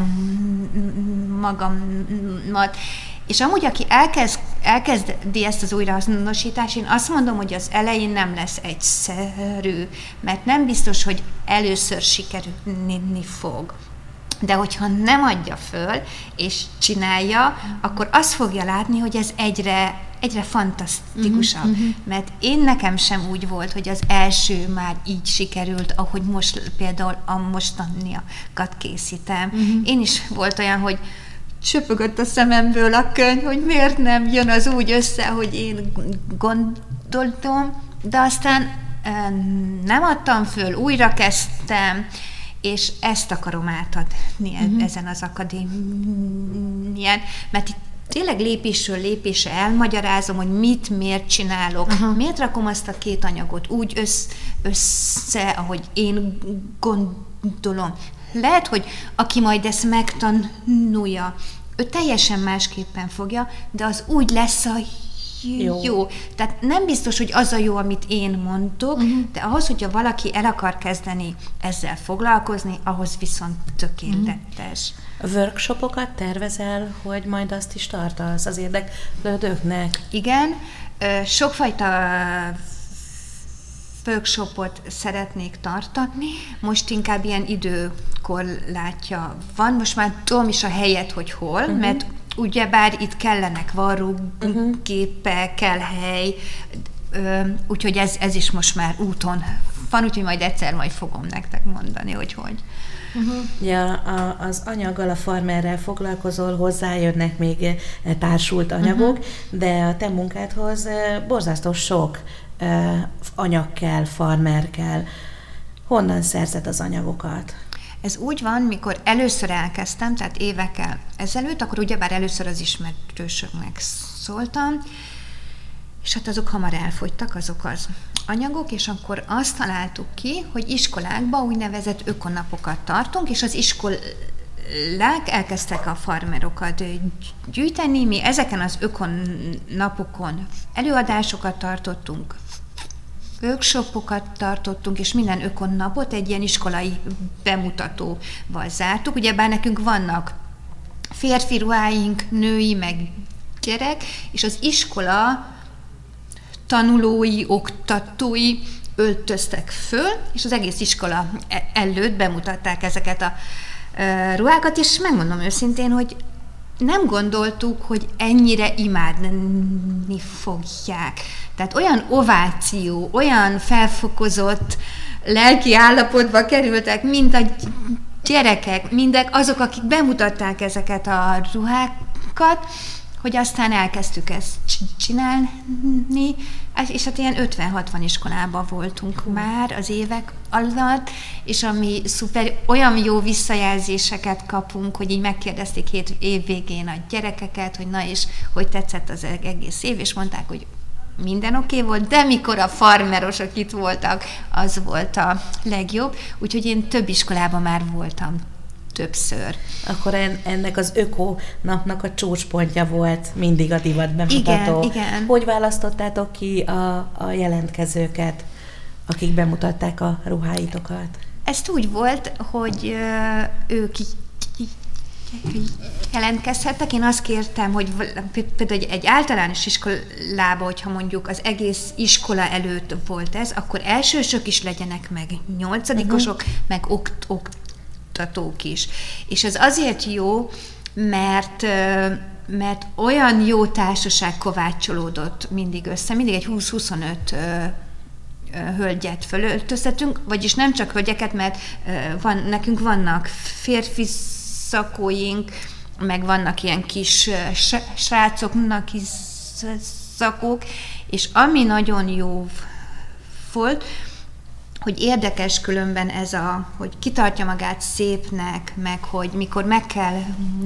magamat. És amúgy, aki elkezdi ezt az újrahasznosítást, én azt mondom, hogy az elején nem lesz egyszerű, mert nem biztos, hogy először sikerülni fog. De hogyha nem adja föl, és csinálja, akkor azt fogja látni, hogy ez egyre fantasztikusabb. Mert nekem sem úgy volt, hogy az első már így sikerült, ahogy most például a mostaniakat készítem. Én is volt olyan, hogy csöpögött a szememből a könyv, hogy miért nem jön az úgy össze, hogy én gondoltam, de aztán nem adtam föl, újra kezdtem, és ezt akarom átadni ezen az akadémián, mert itt tényleg lépésről lépésre elmagyarázom, hogy miért csinálok, miért rakom azt a két anyagot úgy össze, ahogy én gondolom. Lehet, hogy aki majd ezt megtanulja, ő teljesen másképpen fogja, de az úgy lesz a jó. Tehát nem biztos, hogy az a jó, amit én mondok, de ahhoz, hogyha valaki el akar kezdeni ezzel foglalkozni, ahhoz viszont tökéletes. Workshopokat tervezel, hogy majd azt is tartasz az érdeklődőknek? Igen, sokfajta workshopot szeretnék tartani, most inkább ilyen időkorlátja van, most már tudom is a helyet, hogy hol, mert ugyebár itt kellenek varrógépek, kell hely, úgyhogy ez is most már úton van, úgyhogy majd egyszer fogom nektek mondani, hogy. Ja, az anyaggal, a farmerrel foglalkozol, hozzájönnek még társult anyagok, de a te munkádhoz borzasztó sok anyag kell, farmer kell. Honnan szerzed az anyagokat? Ez úgy van, mikor először elkezdtem, tehát évekkel ezelőtt, akkor ugyebár először az ismerősöknek szóltam, és hát azok hamar elfogytak, azok az anyagok, és akkor azt találtuk ki, hogy iskolákban úgynevezett ökonapokat tartunk, és az iskolák elkezdtek a farmerokat gyűjteni, mi ezeken az ökonapokon előadásokat tartottunk, workshopokat tartottunk, és minden ökonnapot egy ilyen iskolai bemutatóval zártuk. Ugyebár nekünk vannak férfi ruháink, női, meg gyerek, és az iskola tanulói, oktatói öltöztek föl, és az egész iskola előtt bemutatták ezeket a ruhákat, és megmondom őszintén, hogy nem gondoltuk, hogy ennyire imádni fogják. Tehát olyan ováció, olyan felfokozott lelki állapotba kerültek, mint a gyerekek, mindek azok, akik bemutatták ezeket a ruhákat, hogy aztán elkezdtük ezt csinálni, és hát ilyen 50-60 iskolában voltunk már az évek alatt, és ami szuper, olyan jó visszajelzéseket kapunk, hogy így megkérdezték év végén a gyerekeket, hogy na és hogy tetszett az egész év, és mondták, hogy minden oké volt, de mikor a farmerosok itt voltak, az volt a legjobb. Úgyhogy én több iskolában már voltam többször. Akkor ennek az öko napnak a csúcspontja volt mindig a divat bemutató. Igen. Hogy választottátok ki a jelentkezőket, akik bemutatták a ruháitokat? Ez úgy volt, hogy ők jelentkezhettek. Én azt kértem, hogy például egy általános iskolába, hogyha mondjuk az egész iskola előtt volt ez, akkor elsősök is legyenek, meg nyolcadikosok, meg oktatók is. És ez azért jó, mert olyan jó társaság kovácsolódott mindig össze, mindig egy 20-25 hölgyet fölöltöztetünk, vagyis nem csak hölgyeket, mert nekünk vannak férfi szakóink, meg vannak ilyen kis srácoknak is szakók, és ami nagyon jó volt, hogy érdekes különben ez hogy kitartja magát szépnek, meg hogy mikor meg kell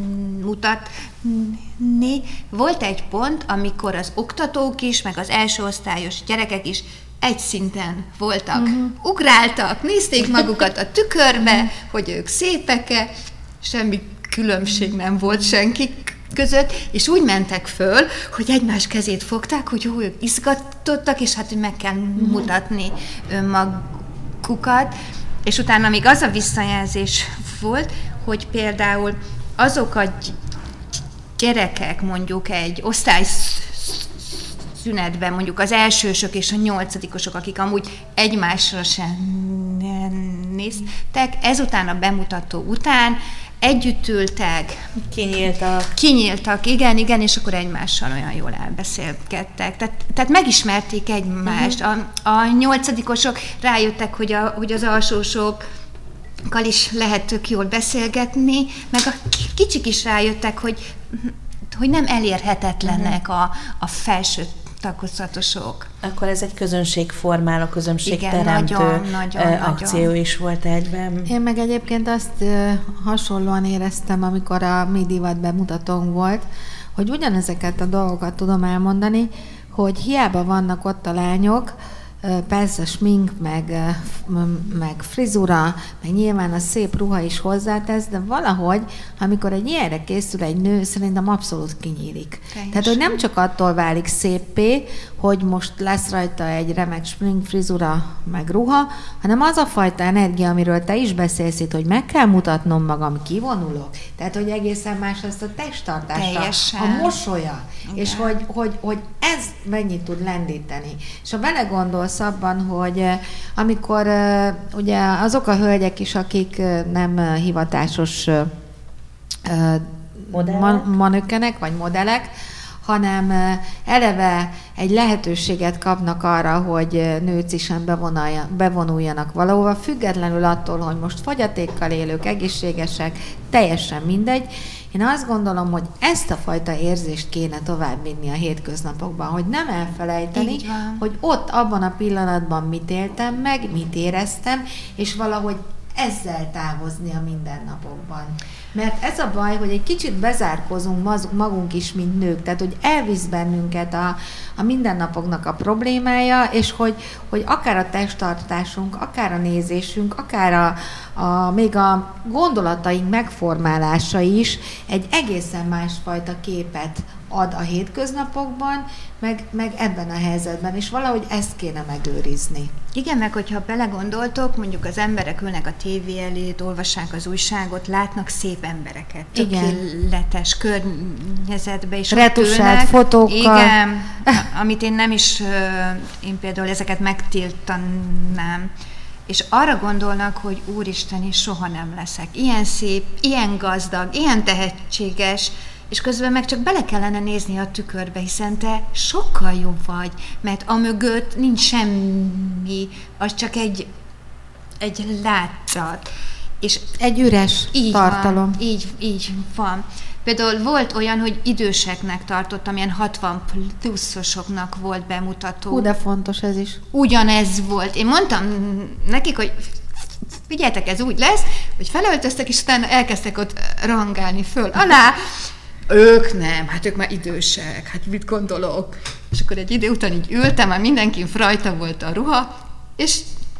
mutatni. Volt egy pont, amikor az oktatók is, meg az első osztályos gyerekek is egy szinten voltak, ugráltak, nézték magukat a tükörbe, hogy ők szépek-e, semmi különbség nem volt senki között, és úgy mentek föl, hogy egymás kezét fogták, hogy jó, ők izgatottak, és hát hogy meg kell mutatni önmagukat, és utána még az a visszajelzés volt, hogy például azok a gyerekek mondjuk egy osztályszünetben, mondjuk az elsősök és a nyolcadikosok, akik amúgy egymásra sem néztek, ezután a bemutató után együtt ültek. Kinyíltak, igen, és akkor egymással olyan jól elbeszélgettek. Tehát megismerték egymást. A nyolcadikosok rájöttek, hogy az alsósokkal is lehet tök jól beszélgetni, meg a kicsik is rájöttek, hogy nem elérhetetlenek a felső tagozatosok. Akkor ez egy közönségformáló, közönségteremtő akció is volt egyben. Én meg egyébként azt hasonlóan éreztem, amikor a mi divat bemutatónk volt, hogy ugyanezeket a dolgokat tudom elmondani, hogy hiába vannak ott a lányok, persze smink, meg frizura, meg nyilván a szép ruha is hozzátesz, de valahogy, amikor egy ilyenre készül egy nő, szerintem abszolút kinyílik. Tehát, hogy nem csak attól válik széppé, hogy most lesz rajta egy remek smink, frizura, meg ruha, hanem az a fajta energia, amiről te is beszélsz itt, hogy meg kell mutatnom magam, kivonulok. Tehát, hogy egészen más lesz a testtartása, a mosolya, okay. És hogy ez mennyit tud lendíteni. És ha belegondolsz abban, hogy amikor ugye azok a hölgyek is, akik nem hivatásos manökenek vagy modellek, hanem eleve egy lehetőséget kapnak arra, hogy nőcisen bevonuljanak valahova, függetlenül attól, hogy most fogyatékkal élők, egészségesek, teljesen mindegy. Én azt gondolom, hogy ezt a fajta érzést kéne továbbvinni a hétköznapokban, hogy nem elfelejteni, hogy ott abban a pillanatban mit éltem meg, mit éreztem, és valahogy ezzel távozni a mindennapokban. Mert ez a baj, hogy egy kicsit bezárkozunk magunk is, mint nők, tehát hogy elvisz bennünket a mindennapoknak a problémája, és hogy akár a testtartásunk, akár a nézésünk, akár még a gondolataink megformálása is egy egészen másfajta képet ad a hétköznapokban, meg ebben a helyzetben, és valahogy ezt kéne megőrizni. Igen, meg hogyha belegondoltok, mondjuk az emberek ülnek a tévé elé, olvassák az újságot, látnak szép embereket, tökéletes környezetbe, és retusált fotókkal. Igen, amit én nem is, én például ezeket megtiltanám, és arra gondolnak, hogy úristen, én soha nem leszek ilyen szép, ilyen gazdag, ilyen tehetséges, és közben meg csak bele kellene nézni a tükörbe, hiszen te sokkal jobb vagy, mert amögött nincs semmi, az csak egy látszat. és egy üres így tartalom. Van, így van. Például volt olyan, hogy időseknek tartottam, ilyen 60 pluszosoknak volt bemutató. Hú, de fontos ez is. Ugyanez volt. Én mondtam nekik, hogy figyeljetek, ez úgy lesz, hogy felöltöztek, és utána elkezdtek ott rangálni föl alá. Ők nem, hát ők már idősek, hát mit gondolok? És akkor egy idő után így ültem, már mindenkin rajta volt a ruha, és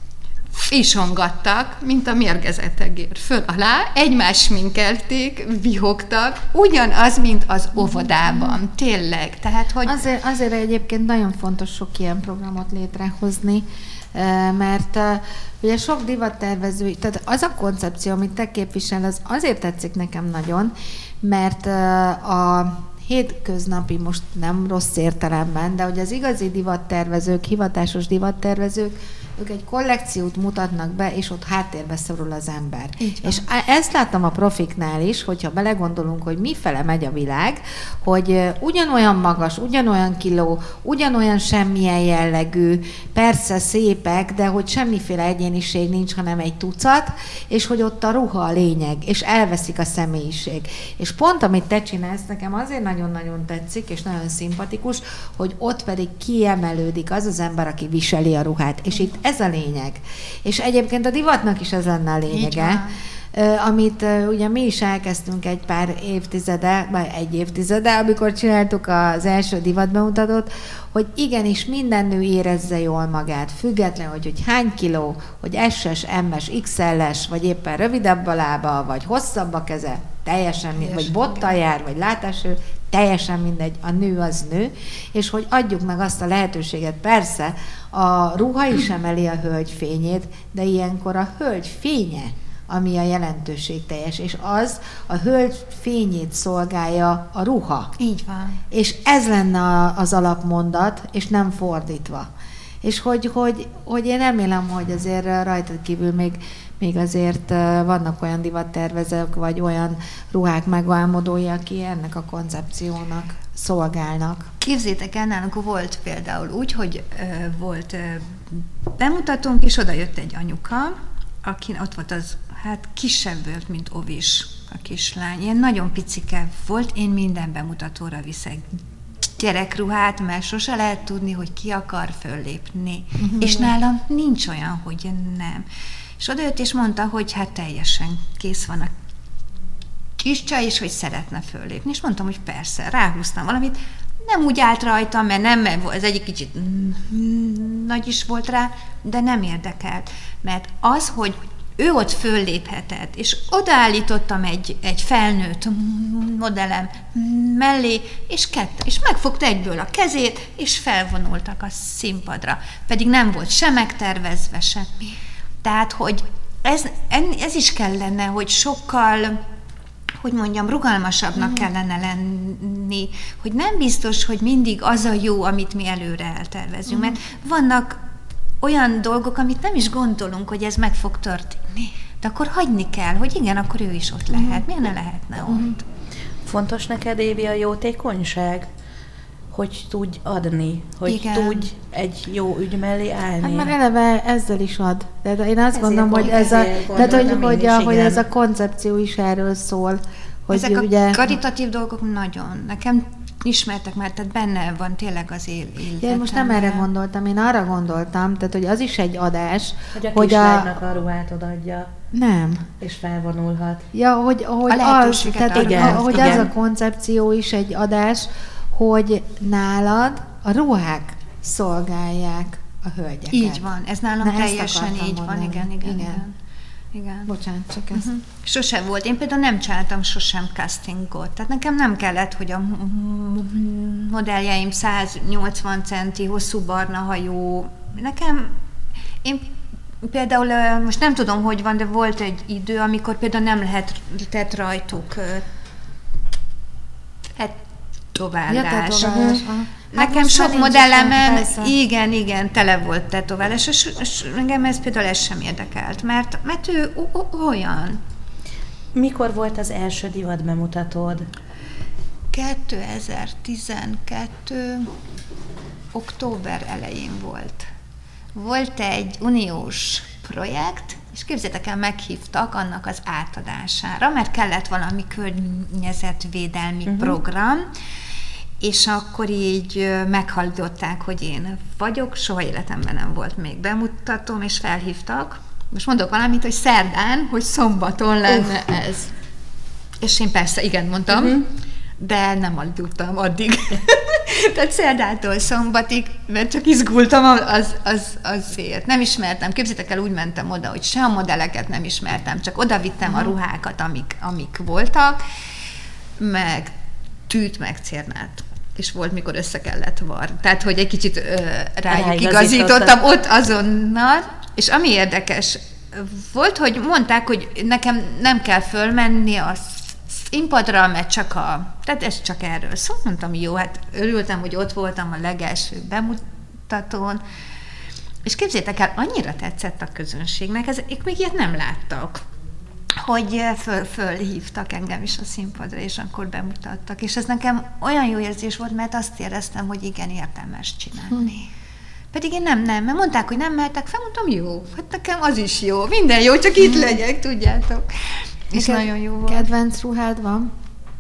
isongattak, mint a mérgezett egér. Föl alá, egymást minkelték, vihogtak, ugyanaz, mint az óvodában. Tényleg. Tehát, hogy... Azért egyébként nagyon fontos sok ilyen programot létrehozni, mert ugye sok divattervező, tehát az a koncepció, amit te képvisel, az azért tetszik nekem nagyon, mert a hétköznapi, most nem rossz értelemben, de hogy az igazi divattervezők, hivatásos divattervezők, ők egy kollekciót mutatnak be, és ott háttérbe szorul az ember. És ezt láttam a profiknál is, hogyha belegondolunk, hogy mifele megy a világ, hogy ugyanolyan magas, ugyanolyan kiló, ugyanolyan semmilyen jellegű, persze szépek, de hogy semmiféle egyéniség nincs, hanem egy tucat, és hogy ott a ruha a lényeg, és elveszik a személyiség. És pont amit te csinálsz, nekem azért nagyon-nagyon tetszik, és nagyon szimpatikus, hogy ott pedig kiemelődik az az ember, aki viseli a ruhát. És itt ez a lényeg. És egyébként a divatnak is ez lenne a lényege, amit ugye mi is elkezdtünk egy évtizede, amikor csináltuk az első divatbemutatót, hogy igenis minden nő érezze jól magát, független, hogy hány kiló, hogy SS, MS, XL-es, vagy éppen rövidebb a lába, vagy hosszabb a keze, teljesen mindegy, vagy bottal jár, vagy látáső, teljesen mindegy, a nő az nő, és hogy adjuk meg azt a lehetőséget, persze, a ruha is emeli a hölgy fényét, de ilyenkor a hölgy fénye, ami a jelentőségteljes, és az a hölgy fényét szolgálja a ruha. Így van. És ez lenne az alapmondat, és nem fordítva. És hogy én remélem, hogy azért rajtad kívül még azért vannak olyan divattervezők, vagy olyan ruhák megálmodói, aki ennek a koncepciónak szolgálnak. Képzétek el, nálunk volt például úgy, hogy volt bemutatónk, és oda jött egy anyuka, aki ott volt az, hát kisebb volt, mint Ovis a kislány. Ilyen nagyon picike volt, én minden bemutatóra viszek gyerekruhát, mert sose lehet tudni, hogy ki akar föllépni. És nálam nincs olyan, hogy nem. És odajött és mondta, hogy hát teljesen kész van a kis csaj, és hogy szeretne föllépni. És mondtam, hogy persze, ráhúztam valamit, nem úgy állt rajta, mert ez egyik kicsit nagy is volt rá, de nem érdekelt. Mert az, hogy ő ott fölléphetett, és odaállítottam egy felnőtt modellem mellé, és megfogta egyből a kezét, és felvonultak a színpadra. Pedig nem volt se megtervezve, semmi. Tehát, hogy ez is kellene, hogy sokkal, hogy mondjam, rugalmasabbnak kellene lenni, hogy nem biztos, hogy mindig az a jó, amit mi előre eltervezünk, mert vannak olyan dolgok, amit nem is gondolunk, hogy ez meg fog történni. De akkor hagyni kell, hogy igen, akkor ő is ott lehet. Miért ne lehetne ott? Fontos neked, Évi, a jótékonyság? Hogy tudj adni, hogy igen. tudj egy jó ügy mellé állni. Hát már eleve ezzel is ad. De én azt gondolom, hogy ez a koncepció is erről szól. Hogy ezek ugye, a karitatív dolgok nagyon. Nekem ismertek már, tehát benne van tényleg az életemben. Én most nem erre gondoltam, én arra gondoltam, tehát hogy az is egy adás. Hogy a kislánynak a ruhát odaadja. Nem. És felvonulhat. Ja, hogy az, tehát igen, hogy igen. az a koncepció is egy adás, hogy nálad a ruhák szolgálják a hölgyeket. Így van, ez nálam teljesen így van, igen. Bocsánat, csak ezt. Sose volt. Én például nem csináltam sosem castingot. Tehát nekem nem kellett, hogy a modelljeim 180 centi, hosszú barna hajú. Én például, most nem tudom, hogy van, de volt egy idő, amikor például nem lehetett rajtuk tetoválás. Nekem sok modellemen, igen, tele volt tetoválás, és engem ez például ez sem érdekelt, mert ő olyan. Mikor volt az első divat bemutatód? 2012. október elején volt. Volt egy uniós projekt, és képzeljétek el, meghívtak annak az átadására, mert kellett valami környezetvédelmi program, és akkor így meghallották, hogy én vagyok, soha életemben nem volt még bemutatóm, és felhívtak. Most mondok valamit, hogy szerdán, hogy szombaton lenne ez. És én persze igen mondtam, de nem aludtam addig. Tehát szerdától szombatig, mert csak izgultam azért. Nem ismertem. Képzeljétek el, úgy mentem oda, hogy se a modelleket nem ismertem, csak oda vittem a ruhákat, amik voltak, meg tűt, meg cérnát. És volt, mikor össze kellett varni. Tehát, hogy egy kicsit rájuk igazítottam ott azonnal. És ami érdekes volt, hogy mondták, hogy nekem nem kell fölmenni a színpadra, mert tehát ez csak erről szól. Mondtam, jó, hát örültem, hogy ott voltam a legelső bemutatón. És képzétek el, annyira tetszett a közönségnek, ők még ilyet nem láttak, hogy fölhívtak engem is a színpadra, és akkor bemutattak. És ez nekem olyan jó érzés volt, mert azt éreztem, hogy igen, érdemes csinálni. Pedig én nem, mert mondták, hogy nem mehetek fel, mondtam, jó, hát nekem az is jó, minden jó, csak itt legyek, tudjátok. És nagyon jó volt. Kedvenc ruhád van,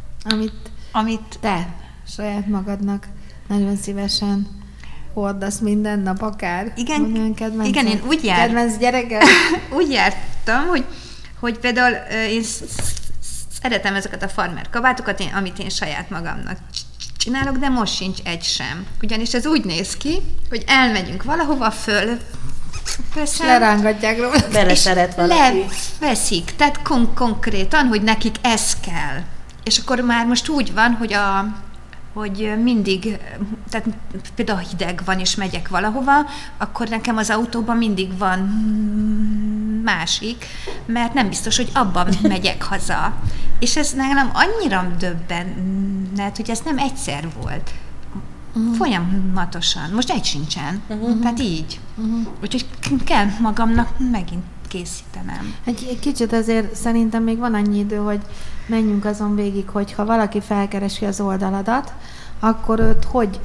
amit te saját magadnak nagyon szívesen hordasz minden nap akár? Igen, én úgy kedvenc gyereke? Úgy jártam, hogy például én szeretem ezeket a farmer kabátokat, amit én saját magamnak csinálok, de most sincs egy sem. Ugyanis ez úgy néz ki, hogy elmegyünk valahova föl, lerángatják róla. Beleszeret valaki. Leveszik, tehát konkrétan, hogy nekik ez kell. És akkor már most úgy van, hogy mindig, tehát például hideg van, és megyek valahova, akkor nekem az autóban mindig van másik, mert nem biztos, hogy abban megyek haza. És ez nekem annyira döbbenet, hogy ez nem egyszer volt. Folyamatosan. Most egy sincsen. Tehát így. Úgyhogy kell magamnak megint készítenem. Egy kicsit azért szerintem még van annyi idő, hogy menjünk azon végig, hogy ha valaki felkeresi az oldaladat, akkor őt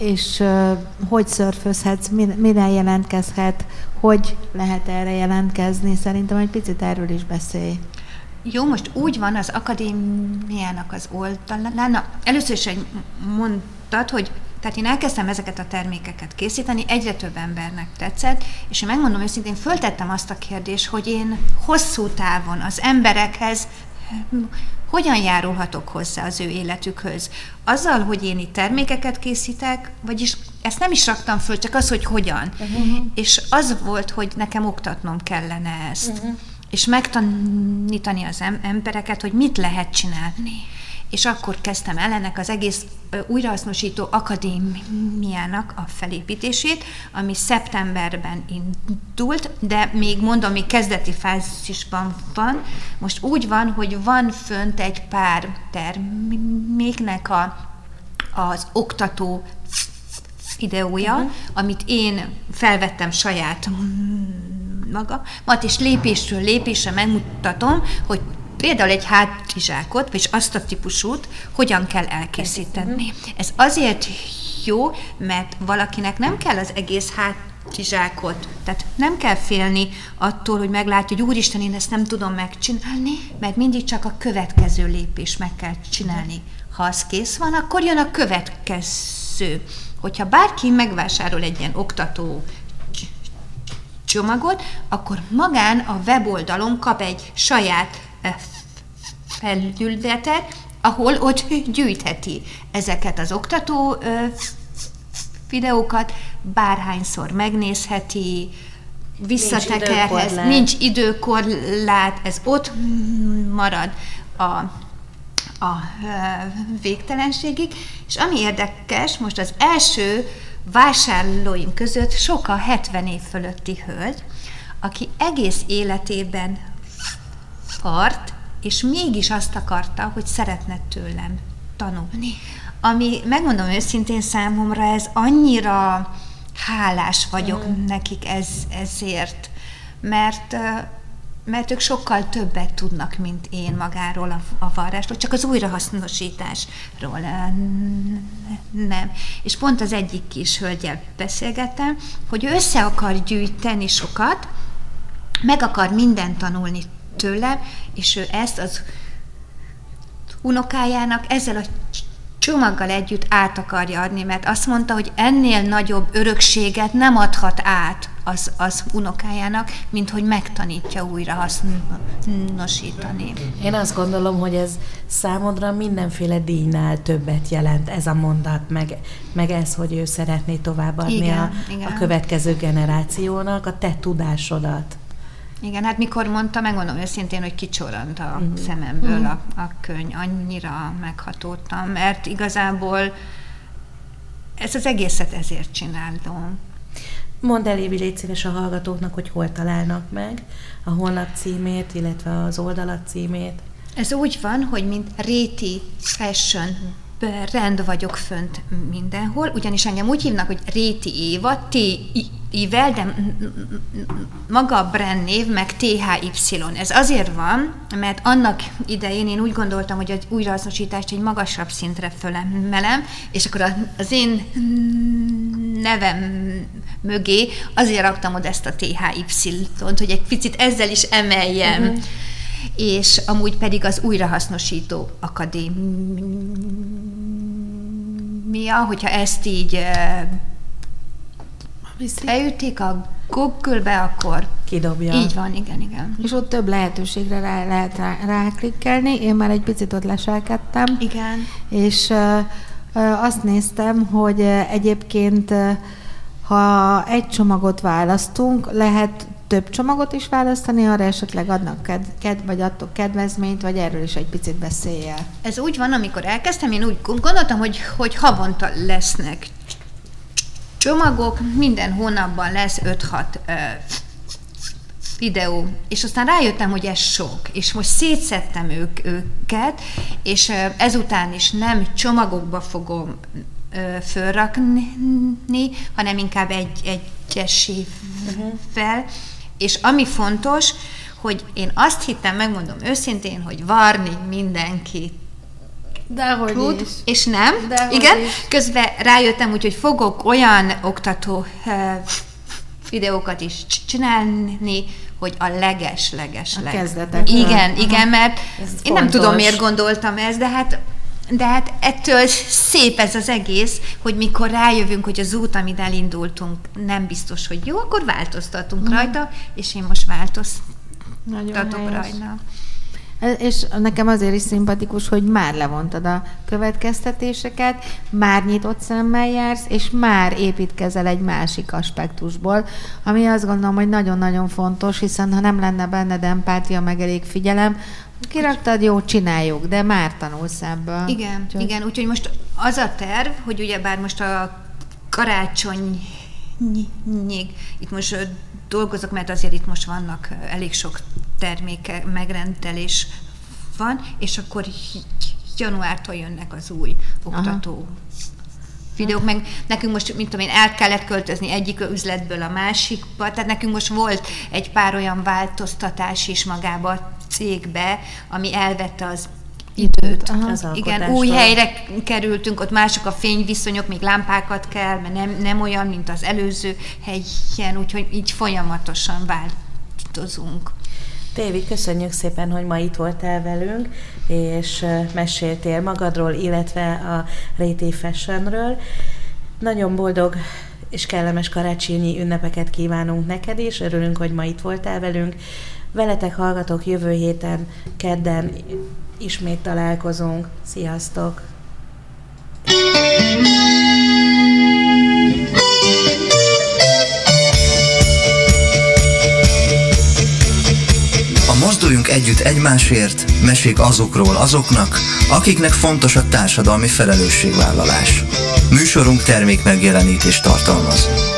hogy szörfözhetsz, mire jelentkezhet, hogy lehet erre jelentkezni. Szerintem egy picit erről is beszélj. Jó, most úgy van az akadémiának az oldalán. Na, először is mondtad, hogy tehát én elkezdtem ezeket a termékeket készíteni, egyre több embernek tetszett, és én megmondom őszintén, föltettem azt a kérdést, hogy én hosszú távon az emberekhez hogyan járulhatok hozzá az ő életükhöz. Azzal, hogy én itt termékeket készítek, vagyis ezt nem is raktam föl, csak az, hogy hogyan. És az volt, hogy nekem oktatnom kellene ezt. És megtanítani az embereket, hogy mit lehet csinálni. És akkor kezdtem el ennek az egész újrahasznosító akadémiának a felépítését, ami szeptemberben indult, de még mondom, még kezdeti fázisban van. Most úgy van, hogy van fönt egy pár terméknek az oktató videója, amit én felvettem saját magamat, és lépésről lépésre megmutatom, hogy például egy hátizsákot, vagy azt a típusút hogyan kell elkészíteni. Ez azért jó, mert valakinek nem kell az egész hátizsákot, tehát nem kell félni attól, hogy meglátja, hogy úristen, én ezt nem tudom megcsinálni, mert mindig csak a következő lépés meg kell csinálni. Ha az kész van, akkor jön a következő. Hogyha bárki megvásárol egy ilyen oktató csomagot, akkor magán a weboldalon kap egy saját felületet, ahol ott gyűjtheti ezeket az oktató videókat, bárhányszor megnézheti, visszatekerhez, nincs időkorlát, ez ott marad a végtelenségig, és ami érdekes, most az első vásárlóim között sok a 70 év fölötti hölgy, aki egész életében fart, és mégis azt akarta, hogy szeretne tőlem tanulni. Ami, megmondom őszintén, számomra ez annyira hálás vagyok nekik ezért, mert ők sokkal többet tudnak, mint én magáról a varrásról, csak az újrahasznosításról nem. És pont az egyik kis hölgyel beszélgettem, hogy ő össze akar gyűjteni sokat, meg akar mindent tanulni tőlem, és ő ezt az unokájának ezzel a csomaggal együtt át akarja adni, mert azt mondta, hogy ennél nagyobb örökséget nem adhat át az unokájának, mint hogy megtanítja újra hasznosítani. Én azt gondolom, hogy ez számodra mindenféle díjnál többet jelent, ez a mondat, meg ez, hogy ő szeretné továbbadni a következő generációnak a te tudásodat. Igen, hát mikor mondta, megmondom őszintén, hogy kicsorant a szememből a könyv, annyira meghatódtam, mert igazából ez az egészet ezért csinálom. Mondd el, Évi, légy szíves a hallgatóknak, hogy hol találnak meg a honlap címét, illetve az oldalat címét. Ez úgy van, hogy mint Réti Fashion brand vagyok fönt mindenhol, ugyanis engem úgy hívnak, hogy Réti Éva, T-I-vel, de maga a brand név, meg THY. Ez azért van, mert annak idején én úgy gondoltam, hogy az újrahasznosítást egy magasabb szintre fölemelem, és akkor az én nevem mögé azért raktam oda ezt a THY-t, hogy egy picit ezzel is emeljem. És amúgy pedig az Újrahasznosító Akadémia, hogyha ezt így beütik a Google-be, akkor kidobja. Így van, igen. És ott több lehetőségre lehet ráklikkelni. Én már egy picit ott leselkedtem. Igen. És azt néztem, hogy egyébként ha egy csomagot választunk, lehet több csomagot is választani, arra esetleg adnak vagy adtok kedvezményt, vagy erről is egy picit beszélj el. Ez úgy van, amikor elkezdtem, én úgy gondoltam, hogy havonta lesznek csomagok, minden hónapban lesz 5-6 videó, és aztán rájöttem, hogy ez sok, és most szétszedtem őket, és ezután is nem csomagokba fogom fölrakni, hanem inkább egyesével, és ami fontos, hogy én azt hittem, megmondom őszintén, hogy varni mindenki tud, is. És nem. Igen, közben rájöttem úgy, hogy fogok olyan oktató videókat is csinálni, hogy a leges. Kezdetek. Igen, mert én nem tudom, miért gondoltam ezt, de hát ettől szép ez az egész, hogy mikor rájövünk, hogy az út, amit elindultunk, nem biztos, hogy jó, akkor változtatunk rajta, és én most változtatok rajta. És nekem azért is szimpatikus, hogy már levontad a következtetéseket, már nyitott szemmel jársz, és már építkezel egy másik aspektusból, ami azt gondolom, hogy nagyon-nagyon fontos, hiszen ha nem lenne benned empátia, meg elég figyelem, kiraktad, jó, csináljuk, de már tanulsz ebből. Igen, úgyhogy most az a terv, hogy ugyebár most a karácsonyig itt most dolgozok, mert azért itt most vannak elég sok terméke, megrendelés van, és akkor januártól jönnek az új oktató videók, meg nekünk most, mint tudom én, el kellett költözni egyik üzletből a másikba, tehát nekünk most volt egy pár olyan változtatás is magába a cégbe, ami elvette az időt. Igen, új helyre kerültünk, ott mások a fényviszonyok, még lámpákat kell, mert nem olyan, mint az előző helyen, úgyhogy így folyamatosan változunk. Tévi, köszönjük szépen, hogy ma itt voltál velünk, és meséltél magadról, illetve a Réti Fashionről. Nagyon boldog és kellemes karácsonyi ünnepeket kívánunk neked is, örülünk, hogy ma itt voltál velünk. Veletek hallgatók, jövő héten, kedden ismét találkozunk. Sziasztok! Mozduljunk együtt egymásért, mesék azokról azoknak, akiknek fontos a társadalmi felelősségvállalás. Műsorunk termék megjelenítést tartalmaz.